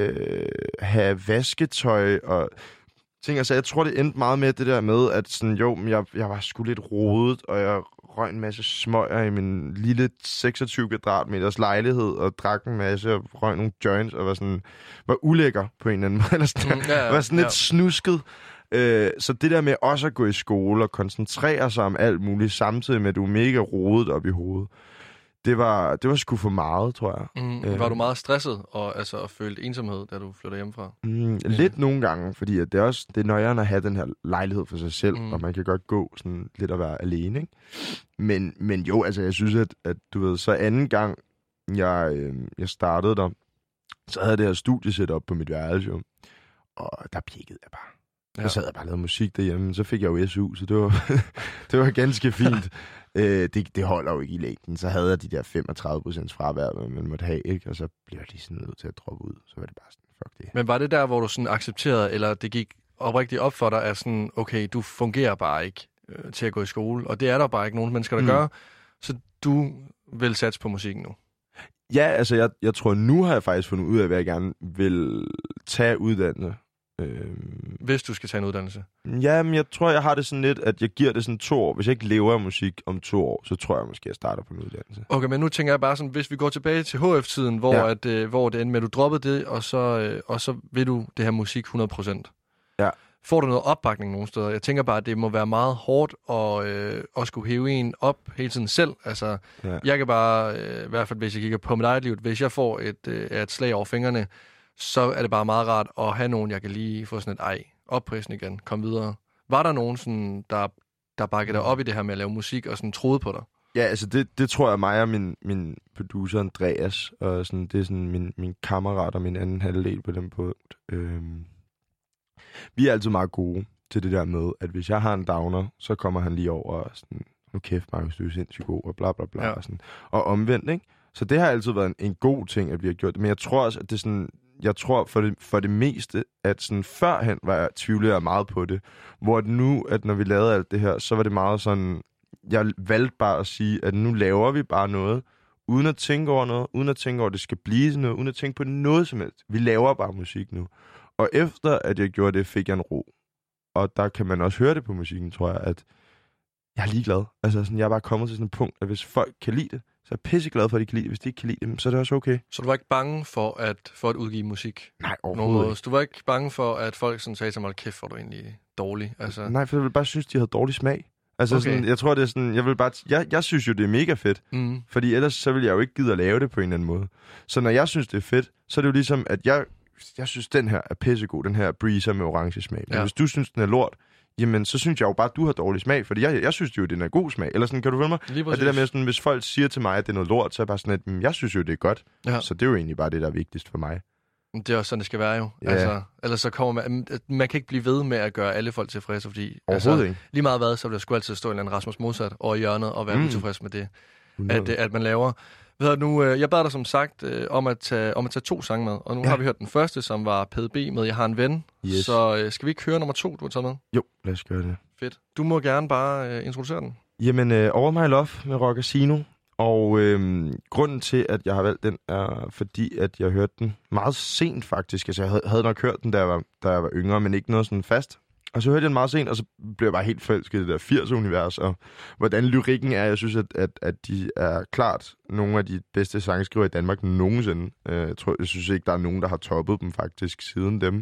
have vasketøj og ting. Altså, jeg tror, det endte meget med det der med, at sådan, jeg var sgu lidt rodet, og jeg røg en masse smøger i min lille 26 kvadratmeters lejlighed, og drak en masse, og røg nogle joints, og var ulækker på en eller anden måde. Eller sådan, var sådan lidt snusket. Så det der med også at gå i skole og koncentrere sig om alt muligt, samtidig med, at du er mega rodet op i hovedet, det var sgu for meget, tror jeg. Var du meget stresset og følte ensomhed, da du flytter hjemmefra? Lidt nogle gange, fordi at det er nøjeren at have den her lejlighed for sig selv, og man kan godt gå sådan lidt at være alene, ikke? Men jo, altså jeg synes, at du ved, så anden gang jeg startede der, så havde jeg det her studiesetup på mit værelse, og der pikkede jeg bare. Så sad jeg bare og lavede musik derhjemme, så fik jeg jo SU, så det var ganske fint. Det holder jo ikke i længden. Så havde jeg de der 35% fravær, man måtte have, ikke? Og så blev jeg lige sådan nødt til at droppe ud. Så var det bare sådan, fuck det. Men var det der, hvor du sådan accepterede, eller det gik oprigtigt op for dig, er sådan, okay, du fungerer bare ikke til at gå i skole, og det er der bare ikke nogen mennesker, der gør, så du vil satse på musikken nu. Ja, altså jeg tror, nu har jeg faktisk fundet ud af, hvad jeg gerne vil tage uddannelse. Hvis du skal tage en uddannelse? Jamen, jeg tror, jeg har det sådan lidt, at jeg giver det sådan 2 år. Hvis jeg ikke lever af musik om 2 år, så tror jeg måske, jeg starter på en uddannelse. Okay, men nu tænker jeg bare sådan, hvis vi går tilbage til HF-tiden, hvor det endte med, at du droppede det, og så vil du det her musik 100%. Ja. Får du noget opbakning nogle steder? Jeg tænker bare, at det må være meget hårdt at skulle hæve en op hele tiden selv. Altså, jeg kan bare, i hvert fald hvis jeg kigger på mit eget liv, hvis jeg får et slag over fingrene, så er det bare meget rart at have nogen, jeg kan lige få sådan et op på hesten igen, kom videre. Var der nogen, sådan, der bakkede dig op i det her med at lave musik, og sådan troede på dig? Ja, altså det tror jeg mig og min producer Andreas, og sådan, det er sådan min kammerat og min anden halvdel på den punkt. Vi er altid meget gode til det der med, at hvis jeg har en downer, så kommer han lige over og sådan, nu kæft Markus, du er sindssygt god, og bla bla bla. Og, sådan. Og omvendt, ikke? Så det har altid været en god ting, at vi har gjort det. Men jeg tror også, at det er sådan, for det meste, at sådan førhen var jeg tvivlede meget på det. Hvor nu, at når vi lavede alt det her, så var det meget sådan, jeg valgte bare at sige, at nu laver vi bare noget, uden at tænke over noget, uden at tænke over, at det skal blive sådan noget, uden at tænke på noget som helst. Vi laver bare musik nu. Og efter at jeg gjorde det, fik jeg en ro. Og der kan man også høre det på musikken, tror jeg, at jeg er ligeglad. Altså sådan, jeg er bare kommet til sådan et punkt, at hvis folk kan lide det, så er jeg pisseglad for, at de kan lide det. Hvis de ikke kan lide det, så er det også okay. Så du var ikke bange for at udgive musik? Nej, overhovedet ikke. Du var ikke bange for, at folk sådan sagde til mig, kæft, hvor du egentlig dårlig? Altså... Nej, for jeg ville bare synes, de havde dårlig smag. Altså sådan, jeg tror, det er sådan, jeg synes jo, det er mega fedt. Fordi ellers så vil jeg jo ikke gide at lave det på en eller anden måde. Så når jeg synes, det er fedt, så er det jo ligesom, at jeg synes, den her er pissegod, den her breezer med orange smag. Men hvis du synes, den er lort, jamen, så synes jeg jo bare, at du har dårlig smag, fordi jeg synes jo, at den er god smag. Eller sådan, kan du følge mig? At det der med sådan, hvis folk siger til mig, at det er noget lort, så er jeg bare sådan, at jeg synes jo, det er godt. Ja. Så det er jo egentlig bare det, der er vigtigst for mig. Det er også sådan, det skal være jo. Ja. Altså, ellers så kommer man kan ikke blive ved med at gøre alle folk tilfredse, fordi ikke. Lige meget hvad, så vil der sgu altid stå en eller anden Rasmus Modsat over i hjørnet og være utilfreds med det, at man laver. Jeg bad dig som sagt om at tage 2 sange med, og nu har vi hørt den første, som var PDB med Jeg har en ven. Yes. Så skal vi ikke høre nummer 2, du har taget med? Jo, lad os gøre det. Fedt. Du må gerne bare introducere den. Jamen, All My Love med Rockasino. Og grunden til, at jeg har valgt den, er fordi, at jeg hørte den meget sent faktisk. Altså, jeg havde nok hørt den, da jeg var yngre, men ikke noget sådan fast. Og så hørte jeg den meget sent, og så blev jeg bare helt forelsket i det der 80'er-univers, og hvordan lyrikken er. Jeg synes, at de er klart nogle af de bedste sangskriver i Danmark nogensinde. Jeg synes ikke, der er nogen, der har toppet dem faktisk siden dem.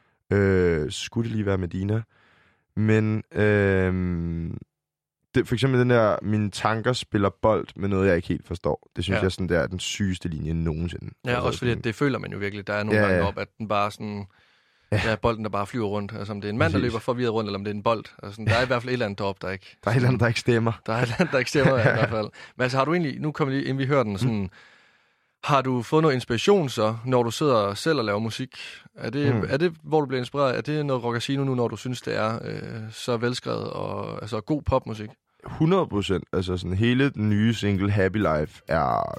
Skulle det lige være Medina. Men for eksempel den der, mine tanker spiller bold med noget, jeg ikke helt forstår. Det synes jeg sådan, der er den sygeste linje nogensinde. Ja, altså, også fordi at det føler man jo virkelig. Der er nogle gange op, at den bare sådan... Ja, bolden, der bare flyver rundt. Altså, om det er en mand, der løber forvirret rundt, eller om det er en bold. Altså, der er i hvert fald et eller andet deroppe, der ikke... Der er et eller andet, der ikke stemmer. Der er et eller andet, der ikke stemmer, i hvert fald. Men altså, har du egentlig... Nu kommer vi lige, inden vi hører den, sådan... Har du fået noget inspiration så, når du sidder selv og laver musik? Er det hvor du bliver inspireret? Er det noget Rockasino nu, når du synes, det er så velskrevet og altså god popmusik? 100%. Altså, sådan hele den nye single, Happy Life, er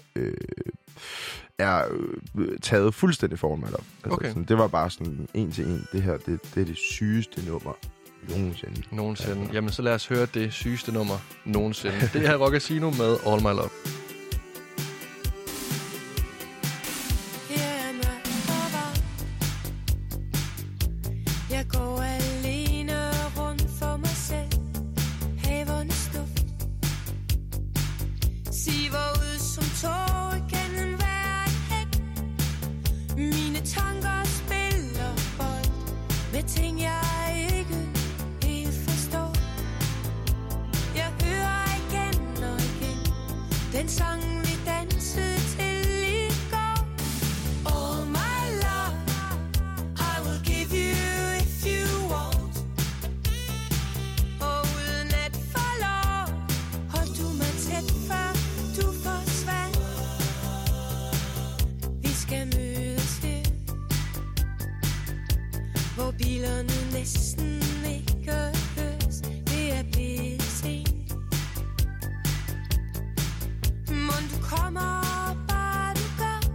taget fuldstændig foran mig. Altså, sådan, det var bare sådan en til en. Det her, det er det sygeste nummer nogensinde. Altså. Jamen, så lad os høre det sygeste nummer nogensinde. Det er Rockasino med All My Love.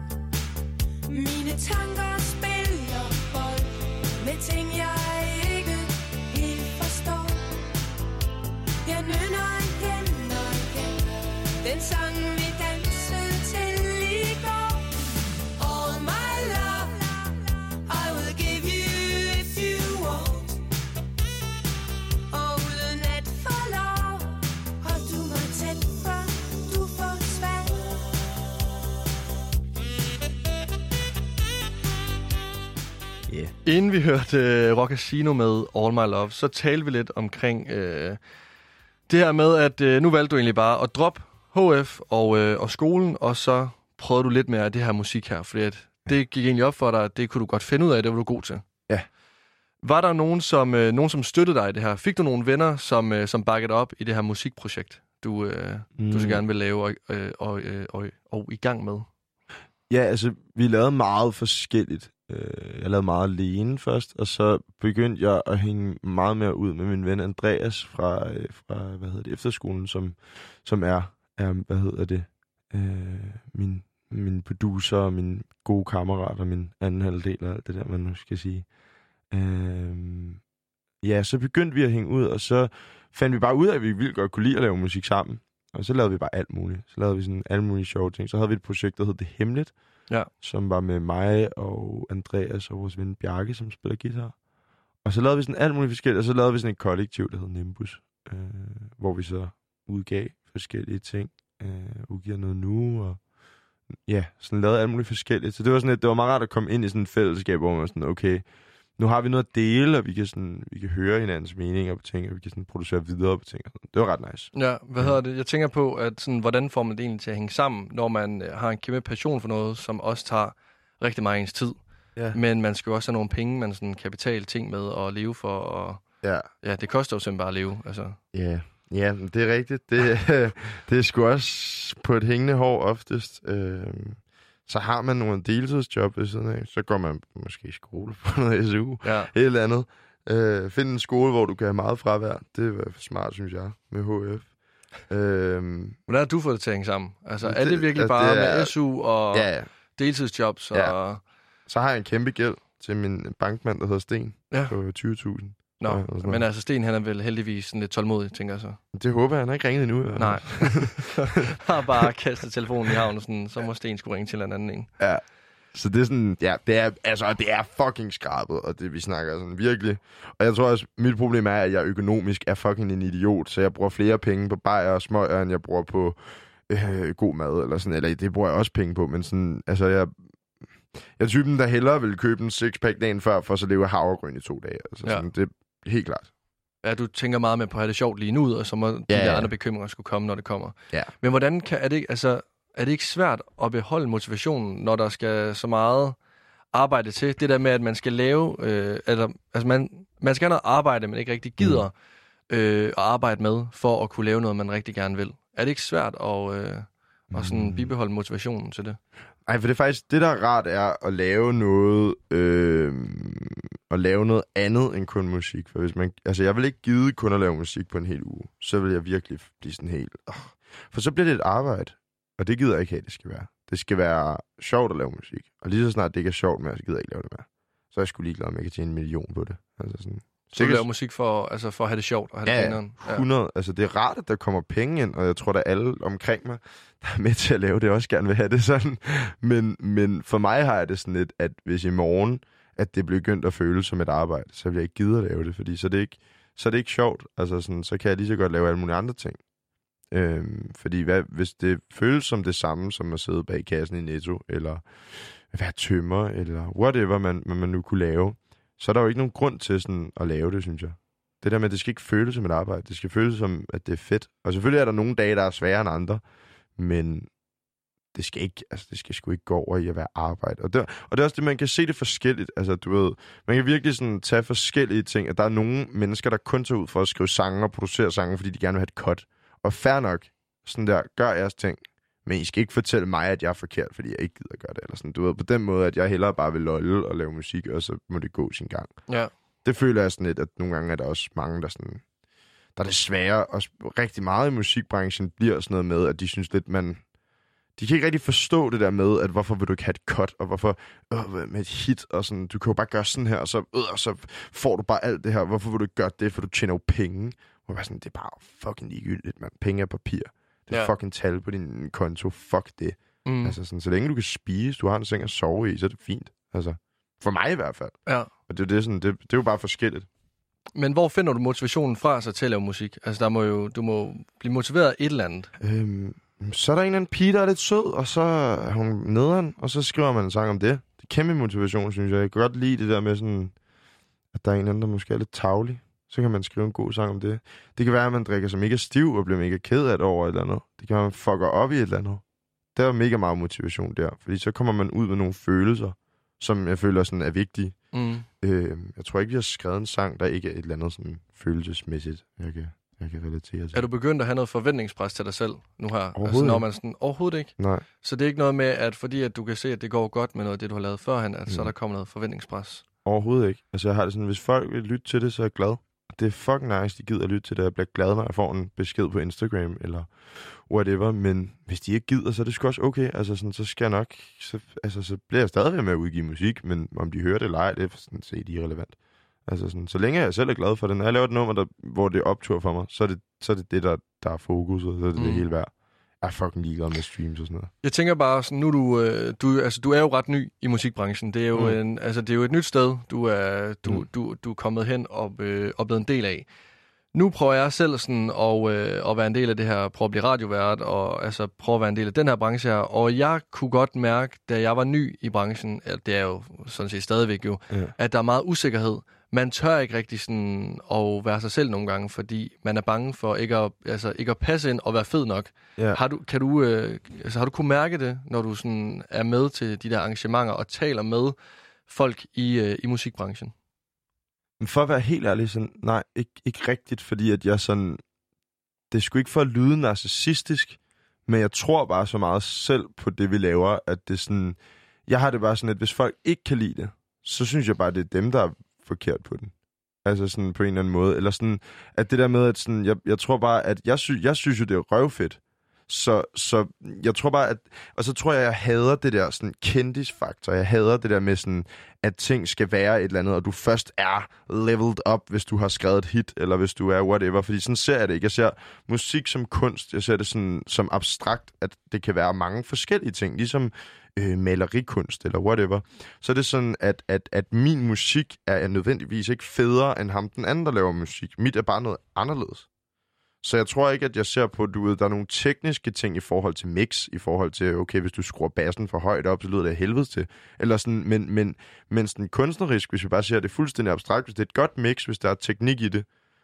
Mine tanker spiller bold med ting, jeg ikke Den sang vi dansede til i går. All my love I will give you if you want. Og uden at få lov hold du mig tæt før du forsvandt. Yeah. Inden vi hørte Rock Casino med All My Love, så talte vi lidt omkring det her med, at nu valgte du egentlig bare at droppe HF og skolen, og så prøvede du lidt mere af det her musik her, fordi at det gik egentlig op for dig, at det kunne du godt finde ud af, det var du god til. Ja. Var der nogen, som støttede dig i det her? Fik du nogle venner, som bakkede op i det her musikprojekt, du så gerne vil lave og i gang med? Ja, altså, vi lavede meget forskelligt. Jeg lavede meget alene først, og så begyndte jeg at hænge meget mere ud med min ven Andreas fra efterskolen, som er min producer og min gode kammerat og min anden halvdel og alt det der, man nu skal sige. Ja, så begyndte vi at hænge ud, og så fandt vi bare ud af, at vi vildt godt kunne lide at lave musik sammen. Og så lavede vi bare alt muligt. Så lavede vi sådan alle mulige sjove ting. Så havde vi et projekt, der hed Det Hemmeligt, ja, som var med mig og Andreas og vores ven Bjarke, som spiller guitar. Og så lavede vi sådan alt muligt forskelligt, og så lavede vi sådan et kollektiv, der hed Nimbus, hvor vi så udgav forskellige ting, udgiver noget nu, og ja, sådan lavede alt muligt forskelligt. Så det var sådan det var meget rart at komme ind i sådan et fællesskab, hvor man sådan, okay, nu har vi noget at dele, og vi kan høre hinandens meninger på ting, og vi kan sådan producere videre på ting. Det var ret nice. Ja, hvad hedder det? Jeg tænker på, at sådan, hvordan får man det egentlig til at hænge sammen, når man har en kæmpe passion for noget, som også tager rigtig meget ens tid. Ja. Men man skal jo også have nogle penge, man sådan kan betale ting med og leve for. Og ja, det koster jo simpelthen bare at leve. Altså. Ja, det er rigtigt. Det er sgu også på et hængende hår oftest. Så har man nogle deltidsjob ved siden af, så går man måske i skole på noget SU, ja, et eller andet. Find en skole, hvor du kan have meget fravær. Det er smart, synes jeg, med HF. Hvordan har du fået det til at hænge sammen? Altså, er det virkelig bare med SU og deltidsjobs? Og... Så har jeg en kæmpe gæld til min bankmand, der hedder Sten, på 20.000. Nå, men altså Sten, han er vel heldigvis sådan lidt tålmodig, tænker jeg så. Det håber jeg, han har ikke ringet endnu. Nej. Har bare kastet telefonen i havnen, sådan, så må Sten skulle ringe til en anden en. Ja, så det er sådan, ja, det er fucking skrabet, og det vi snakker sådan virkelig. Og jeg tror også, mit problem er, at jeg økonomisk er fucking en idiot, så jeg bruger flere penge på bajer og smøger, end jeg bruger på god mad, eller sådan, eller det bruger jeg også penge på, men sådan, altså jeg er typen, der hellere vil købe en sixpack dagen før, for så leve af havregryn i 2 dage. Altså sådan, det er helt klart. Ja, du tænker meget med på at have det sjovt lige nu, og så må de der andre bekymringer skulle komme, når det kommer. Ja. Men hvordan er det ikke svært at beholde motivationen, når der skal så meget arbejde til? Det der med, at man skal lave... man skal have noget arbejde, man ikke rigtig gider at arbejde med, for at kunne lave noget, man rigtig gerne vil. Er det ikke svært at sådan bibeholde motivationen til det? Nej, for det er faktisk... Det, der er rart, er at lave noget... at lave noget andet end kun musik. For hvis man... Altså, jeg vil ikke gide kun at lave musik på en hel uge. Så vil jeg virkelig blive sådan helt... For så bliver det et arbejde. Og det gider jeg ikke have, det skal være. Det skal være sjovt at lave musik. Og lige så snart det ikke er sjovt mere, så gider jeg ikke lave det mere. Så er jeg sgu ligeglad, om jeg kan tjene 1 million på det. Altså sådan... Så du laver musik for at have det sjovt og have det grineren? 100. Altså, det er rart, at der kommer penge ind, og jeg tror, at alle omkring mig, der er med til at lave det, også gerne vil have det sådan. Men for mig har jeg det sådan lidt, at hvis i morgen, at det bliver begyndt at føles som et arbejde, så vil jeg ikke gide at lave det, fordi så er det ikke sjovt. Altså, sådan, så kan jeg lige så godt lave alle mulige andre ting. Fordi hvis det føles som det samme, som at sidde bag kassen i Netto, eller være tømmer, eller whatever man nu kunne lave, så er der jo ikke nogen grund til sådan at lave det, synes jeg. Det der med, at det skal ikke føles som et arbejde. Det skal føles som, at det er fedt. Og selvfølgelig er der nogle dage, der er sværere end andre, men det skal sgu ikke gå over i at være arbejde. Og det er også det, man kan se det forskelligt. Altså, du ved, man kan virkelig sådan tage forskellige ting. At der er nogle mennesker, der kun tager ud for at skrive sange og producere sange, fordi de gerne vil have et cut. Og fair nok, sådan der, gør jeres ting. Men I skal ikke fortælle mig, at jeg er forkert, fordi jeg ikke gider gøre det. Eller sådan, du ved, på den måde, at jeg hellere bare vil lolle og lave musik, og så må det gå sin gang. Ja. Det føler jeg sådan lidt, at nogle gange er der også mange, der sådan... Der er desværre også rigtig meget i musikbranchen bliver sådan noget med, at de synes lidt, de kan ikke rigtig forstå det der med, at hvorfor vil du ikke have et cut, og hvorfor med et hit, og sådan, du kan jo bare gøre sådan her, og så får du bare alt det her. Hvorfor vil du ikke gøre det, for du tjener jo penge? Hvor sådan, det er bare fucking ligegyldigt, man. Penge er papir. Det er Ja. fucking tal på din konto. Fuck det. Mm. Altså sådan, så længe du kan spise, du har en seng at sove i, så er det fint. Altså, for mig i hvert fald. Ja. Og det er jo bare forskelligt. Men hvor finder du motivationen fra så til at lave musik? Altså, du må blive motiveret af et eller andet. Så er der en eller anden pige, der er lidt sød, og så er hun nederen, og så skriver man en sang om det. Det er kæmpe motivation, synes jeg. Jeg kan godt lide det der med sådan, at der er en anden, der måske er lidt tarvelig. Så kan man skrive en god sang om det. Det kan være, at man drikker sig mega stiv og bliver mega ked af det over et eller andet. Det kan være, at man fucker op i et eller andet. Der er mega meget motivation der, fordi så kommer man ud med nogle følelser, som jeg føler sådan er vigtige. Mm. Jeg tror ikke, vi har skrevet en sang, der ikke er et eller andet sådan følelsesmæssigt, jeg kan relatere til. Er du begyndt at have noget forventningspres til dig selv nu her? Overhovedet når ikke. man sådan, overhovedet ikke? Nej. Så det er ikke noget med, at fordi at du kan se, at det går godt med noget af det, du har lavet førhen, at så er der kommer noget forventningspres? Overhovedet ikke. Altså, jeg har det sådan, hvis folk vil lytte til det, så er jeg glad. Det er fucking nice, de gider at lytte til det. Jeg bliver glad, når jeg får en besked på Instagram, eller whatever. Men hvis de ikke gider, så er det sgu også okay. Altså, sådan, så skal jeg nok... Så bliver jeg stadig med at udgive musik, men om de hører det eller ej, det er sådan set irrelevant. Altså, sådan, så længe jeg selv er glad for det. Når jeg laver et nummer, hvor det er optur for mig, så er det der er fokus, og så er det det hele værd. Jeg er fucking ligeglad med streams og sådan noget. Jeg tænker bare, sådan, nu du er jo ret ny i musikbranchen. Det er jo, det er jo et nyt sted, du er kommet hen og blevet en del af. Nu prøver jeg selv sådan at være en del af det her, prøve at blive radiovært, og altså prøve at være en del af den her branche her. Og jeg kunne godt mærke, da jeg var ny i branchen, at det er jo sådan set stadigvæk jo, at der er meget usikkerhed. Man tør ikke rigtig sådan at være sig selv nogle gange, fordi man er bange for ikke at passe ind og være fed nok. Ja. Har du kunnet mærke det, når du sådan er med til de der arrangementer og taler med folk i musikbranchen? Men for at være helt ærlig, sådan, nej, ikke rigtigt, fordi at jeg sådan... Det er sgu ikke for at lyde narcissistisk, men jeg tror bare så meget selv på det, vi laver, at det sådan... Jeg har det bare sådan, at hvis folk ikke kan lide det, så synes jeg bare, det er dem, der er forkert på den. Altså sådan på en eller anden måde. Eller sådan, at det der med, at sådan... Jeg tror bare, at jeg synes jo, det er røvfedt. Så jeg tror bare, at... Og så tror jeg hader det der sådan kendisfaktor. Jeg hader det der med sådan, at ting skal være et eller andet, og du først er leveled up, hvis du har skrevet et hit, eller hvis du er whatever. Fordi sådan ser jeg det ikke. Jeg ser musik som kunst. Jeg ser det sådan, som abstrakt, at det kan være mange forskellige ting. Ligesom malerikunst, eller whatever. Så er det sådan, at min musik er nødvendigvis ikke federe end ham, den anden, der laver musik. Mit er bare noget anderledes. Så jeg tror ikke, at jeg ser på, der er nogle tekniske ting i forhold til mix, i forhold til, okay, hvis du skruer bassen for højt op, så lyder det af helvede til. Eller sådan, men sådan kunstnerisk, hvis vi bare siger, det er fuldstændig abstrakt, hvis det er et godt mix, hvis der er teknik i det,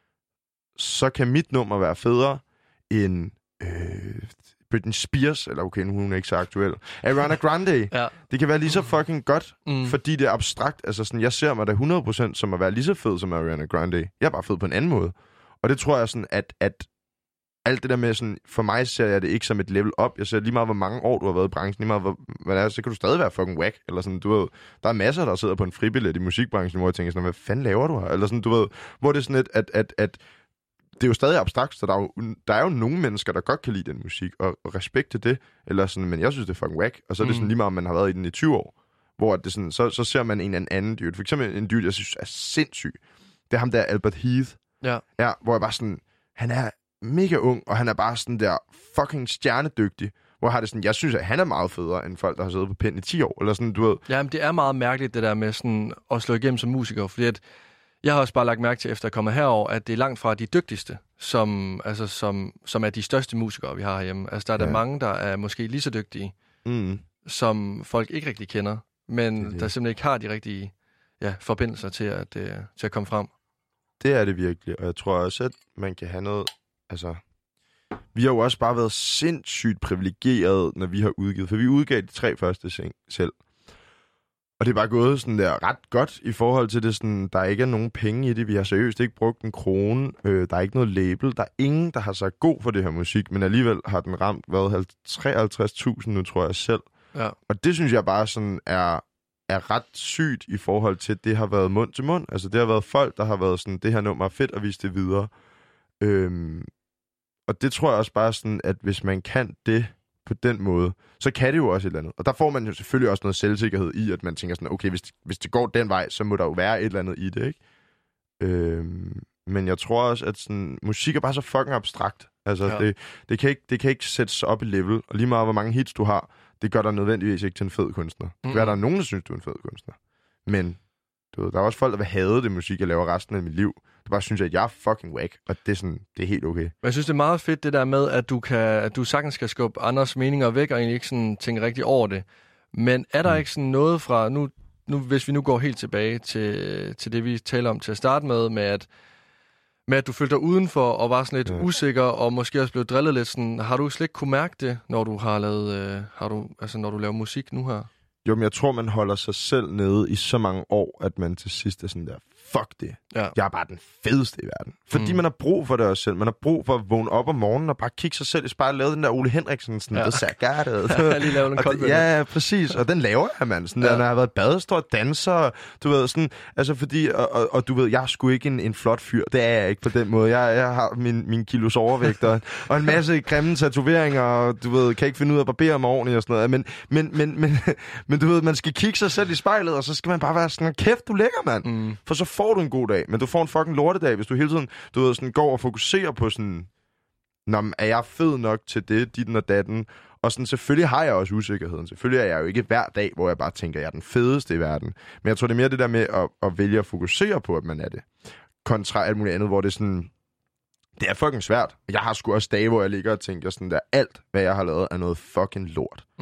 så kan mit nummer være federe end Britney Spears, eller okay, nu er hun ikke så aktuel, Ariana Grande. Ja. Det kan være lige så fucking godt, fordi det er abstrakt. Altså sådan, jeg ser mig da 100% som at være lige så fed som Ariana Grande. Jeg er bare fed på en anden måde. Og det tror jeg sådan, at alt det der med sådan, for mig ser jeg det ikke som et level up. Jeg ser lige meget, hvor mange år du har været i branchen, lige meget, hvad det er, så kan du stadig være fucking whack. Eller sådan, du ved, der er masser, der sidder på en fribillet i musikbranchen, hvor jeg tænker sådan, hvad fanden laver du her? Eller sådan, du ved, hvor det er sådan at det er jo stadig abstrakt, så der er jo nogle mennesker, der godt kan lide den musik, og respekt til det, eller sådan, men jeg synes, det er fucking whack. Og så er det sådan lige meget, om man har været i den i 20 år, hvor det sådan, så ser man en eller anden dude. For eksempel en dude, jeg synes er sindssyg. Det er ham der, Albert Heath. Ja, hvor jeg bare sådan, han er mega ung, og han er bare sådan der fucking stjernedygtig. Hvor jeg har det sådan, jeg synes, at han er meget federe end folk, der har siddet på pinden i 10 år, eller sådan, du ved. Jamen, det er meget mærkeligt, det der med sådan at slå igennem som musiker, fordi at jeg har også bare lagt mærke til, efter at komme herover, at det er langt fra de dygtigste, som er de største musikere, vi har herhjemme. Altså, der er der mange, der er måske lige så dygtige, som folk ikke rigtig kender, men der simpelthen ikke har de rigtige forbindelser til at komme frem. Det er det virkelig, og jeg tror også, at man kan have noget... Altså, vi har jo også bare været sindssygt privilegeret, når vi har udgivet, for vi udgav de 3 første selv. Og det er bare gået sådan der ret godt i forhold til det, sådan, der ikke er nogen penge i det. Vi har seriøst ikke brugt en krone. Der er ikke noget label. Der er ingen, der har sagt god for det her musik, men alligevel har den ramt, 53.000 nu, tror jeg selv. Ja. Og det synes jeg bare sådan er ret sygt i forhold til, at det har været mund til mund. Altså det har været folk, der har været sådan, det her nummer er fedt, og vise det videre. Og det tror jeg også bare sådan, at hvis man kan det på den måde, så kan det jo også et eller andet. Og der får man jo selvfølgelig også noget selvsikkerhed i, at man tænker sådan, okay, hvis det går den vej, så må der jo være et eller andet i det, ikke? Men jeg tror også, at sådan, musik er bare så fucking abstrakt. Altså, Ja. det kan ikke sættes op i level. Og lige meget, hvor mange hits du har, det gør dig nødvendigvis ikke til en fed kunstner. Det kan være, der er nogen, der synes, du er en fed kunstner. Men du ved, der er også folk, der vil hade det musik, jeg laver resten af mit liv. Det bare synes, at jeg er fucking whack, og det er, sådan, det er helt okay. Men jeg synes, det er meget fedt, det der med, at du sagtens skal skubbe andres meninger væk, og egentlig ikke sådan tænke rigtig over det. Men er der ikke sådan noget fra, nu hvis vi nu går helt tilbage til det, vi taler om til at starte med at du følte dig udenfor, og var sådan lidt usikker, og måske også blev drillet lidt sådan, har du slet ikke kunne mærke det, når du har lavet, når du laver musik nu her? Jo, men jeg tror, man holder sig selv nede i så mange år, at man til sidst er sådan der, fuck det. Ja. Jeg er bare den fedeste i verden. Fordi man har brug for det også selv. Man har brug for at vågne op om morgenen og bare kigge sig selv i spejlet og lave den der Ole Henriksen, sådan, det ser godt ud. Jeg lige lavet en kold. Ja, præcis. Og den laver jeg, mand. Sådan der, når jeg har været i bad, står og danser, du ved, sådan, altså fordi, og du ved, jeg er sgu ikke en flot fyr. Det er jeg ikke på den måde. Jeg har min kilos overvægt og en masse grimme tatoveringer, og du ved, kan ikke finde ud af at barbere mig ordentligt og sådan noget. Men du ved, man skal kigge sig selv i spejlet, og så skal man bare være sådan, kæft, du lækker, mand. For så får du en god dag, men du får en fucking lortedag, hvis du hele tiden, du ved, sådan går og fokuserer på sådan, er jeg fed nok til det, ditten og datten? Og sådan, selvfølgelig har jeg også usikkerheden. Selvfølgelig er jeg jo ikke hver dag, hvor jeg bare tænker, at jeg er den fedeste i verden. Men jeg tror, det er mere det der med at vælge at fokusere på, at man er det. Kontra alt muligt andet, hvor det er sådan, det er fucking svært. Jeg har sgu også dage, hvor jeg ligger og tænker sådan der, alt, hvad jeg har lavet, er noget fucking lort. 100%.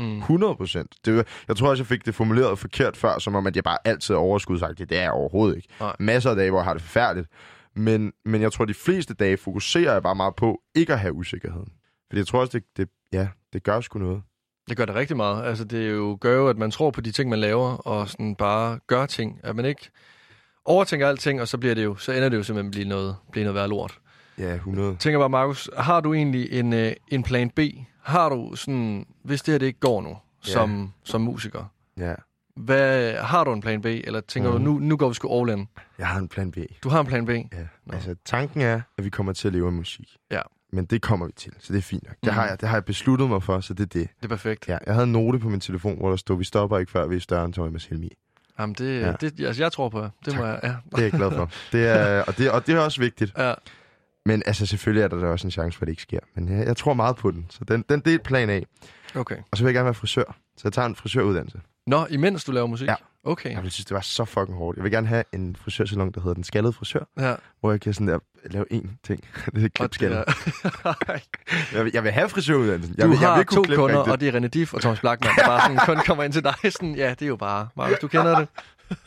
Jeg tror også, jeg fik det formuleret forkert før, som om, at jeg bare altid er overskudsagtig. Det er jeg overhovedet ikke. Nej. Masser af dage, hvor jeg har det forfærdeligt. Men jeg tror, de fleste dage fokuserer jeg bare meget på ikke at have usikkerheden. Fordi jeg tror også, det gør sgu noget. Det gør det rigtig meget. Altså, det gør jo, at man tror på de ting, man laver, og sådan bare gør ting. At man ikke overtænker alting, og så ender det jo simpelthen blive noget værre lort. Ja, 100. Tænker bare, Markus, har du egentlig en plan B? Har du sådan, hvis det her det ikke går nu, som musiker? Ja. Har du en plan B, eller tænker du, nu går vi sgu all in? Jeg har en plan B. Du har en plan B? Ja. Altså, tanken er, at vi kommer til at leve af musik. Ja. Men det kommer vi til, så det er fint nok. Det har jeg besluttet mig for, så det er det. Det er perfekt. Ja, jeg havde en note på min telefon, hvor der stod, vi stopper ikke før vi er større end Thomas Helmi. Jamen, altså, jeg tror på det. Det må jeg, ja. Det er jeg glad for. Og det er også vigtigt. Ja. Men altså, selvfølgelig er der også en chance for, at det ikke sker. Men jeg tror meget på den, så den del plan af. Okay. Og så vil jeg gerne være frisør, så jeg tager en frisøruddannelse. Nå, imens du laver musik? Ja. Okay. Jeg synes, det var så fucking hårdt. Jeg vil gerne have en frisørsalon, der hedder Den Skaldede Frisør, Ja. hvor jeg kan sådan der lave én ting. Det er klipskaldet. Jeg vil have frisøruddannelsen. Du har vil to klippe kunder, rigtigt. og det er René Diff og Thomas Blackman, der bare sådan kun kommer ind til dig. Sådan, ja, det er jo bare, Markus, du kender det.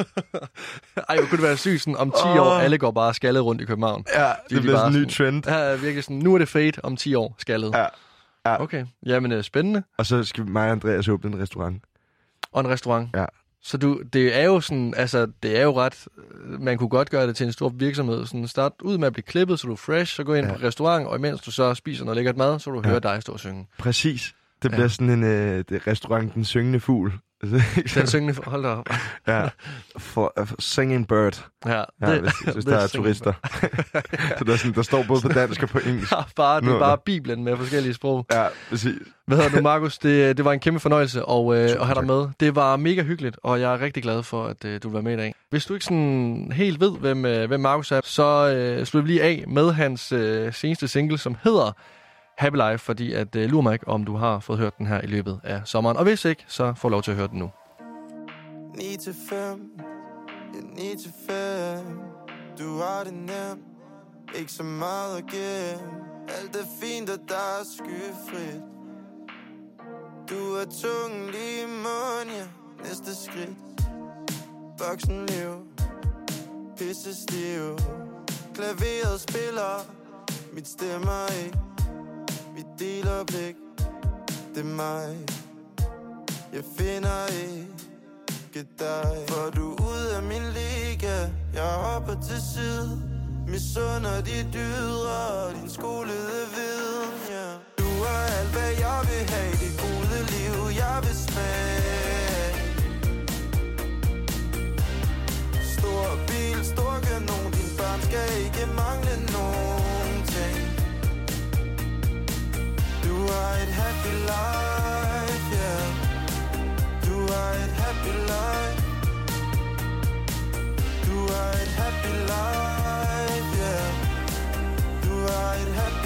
Ej, hvor kunne det være sygt, sådan, om 10 år, alle går bare skaldet rundt i København. Ja, det bliver sådan en ny trend. Ja, virkelig sådan, nu er det fade om 10 år, skaldet. Ja. Okay, jamen spændende. Og så skal mig og Andreas åbne en restaurant. Og en restaurant. Ja. Så det er jo sådan, altså, det er jo ret, man kunne godt gøre det til en stor virksomhed. Sådan, start ud med at blive klippet, så du er fresh, så gå ind på restaurant, og imens du så spiser noget lækkert mad, så du hører dig stå og synge. Præcis. Det bliver sådan en restaurant, den syngende fugl. Den syngende, hold da op. Ja, for singing bird. Ja, hvis der er turister. Så der står både på dansk og på engelsk. Det er bare Bibelen med forskellige sprog. Ja, præcis. Hvad hedder du, Markus? Det var en kæmpe fornøjelse at have dig med. Det var mega hyggeligt, og jeg er rigtig glad for, at du var med i dag. Hvis du ikke sådan helt ved, hvem Markus er, så slutter vi lige af med hans seneste single, som hedder Happy Life, fordi at lurer mig ikke, om du har fået hørt den her i løbet af sommeren. Og hvis ikke, så får lov til at høre den nu. 9 til 5, ja 9 til 5. Du har det nemt, ikke så meget at gemme. Alt er fint, og der er skyfrit. Du er tungen lige i munden, ja, næste skridt. Voksenliv, pisse stiv. Klaveret spiller, mit stemmer ikke. Vi deler blik, det er mig. Jeg finder ikke dig. For du er ude af min liga. Jeg hopper til side. Misunder de dydre, din skolede viden, yeah. Du er alt, hvad jeg vil have. Det gode liv, jeg vil smage. Stor bil, stor kanon. Dine børn skal ikke mangle nogen ting. Du har et happy life, yeah. Du har et happy life. Du har et happy life, yeah.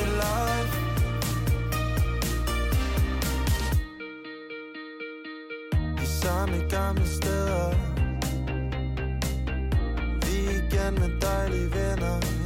det live. De samme gamle steder. Vi er igen med dejlige venner.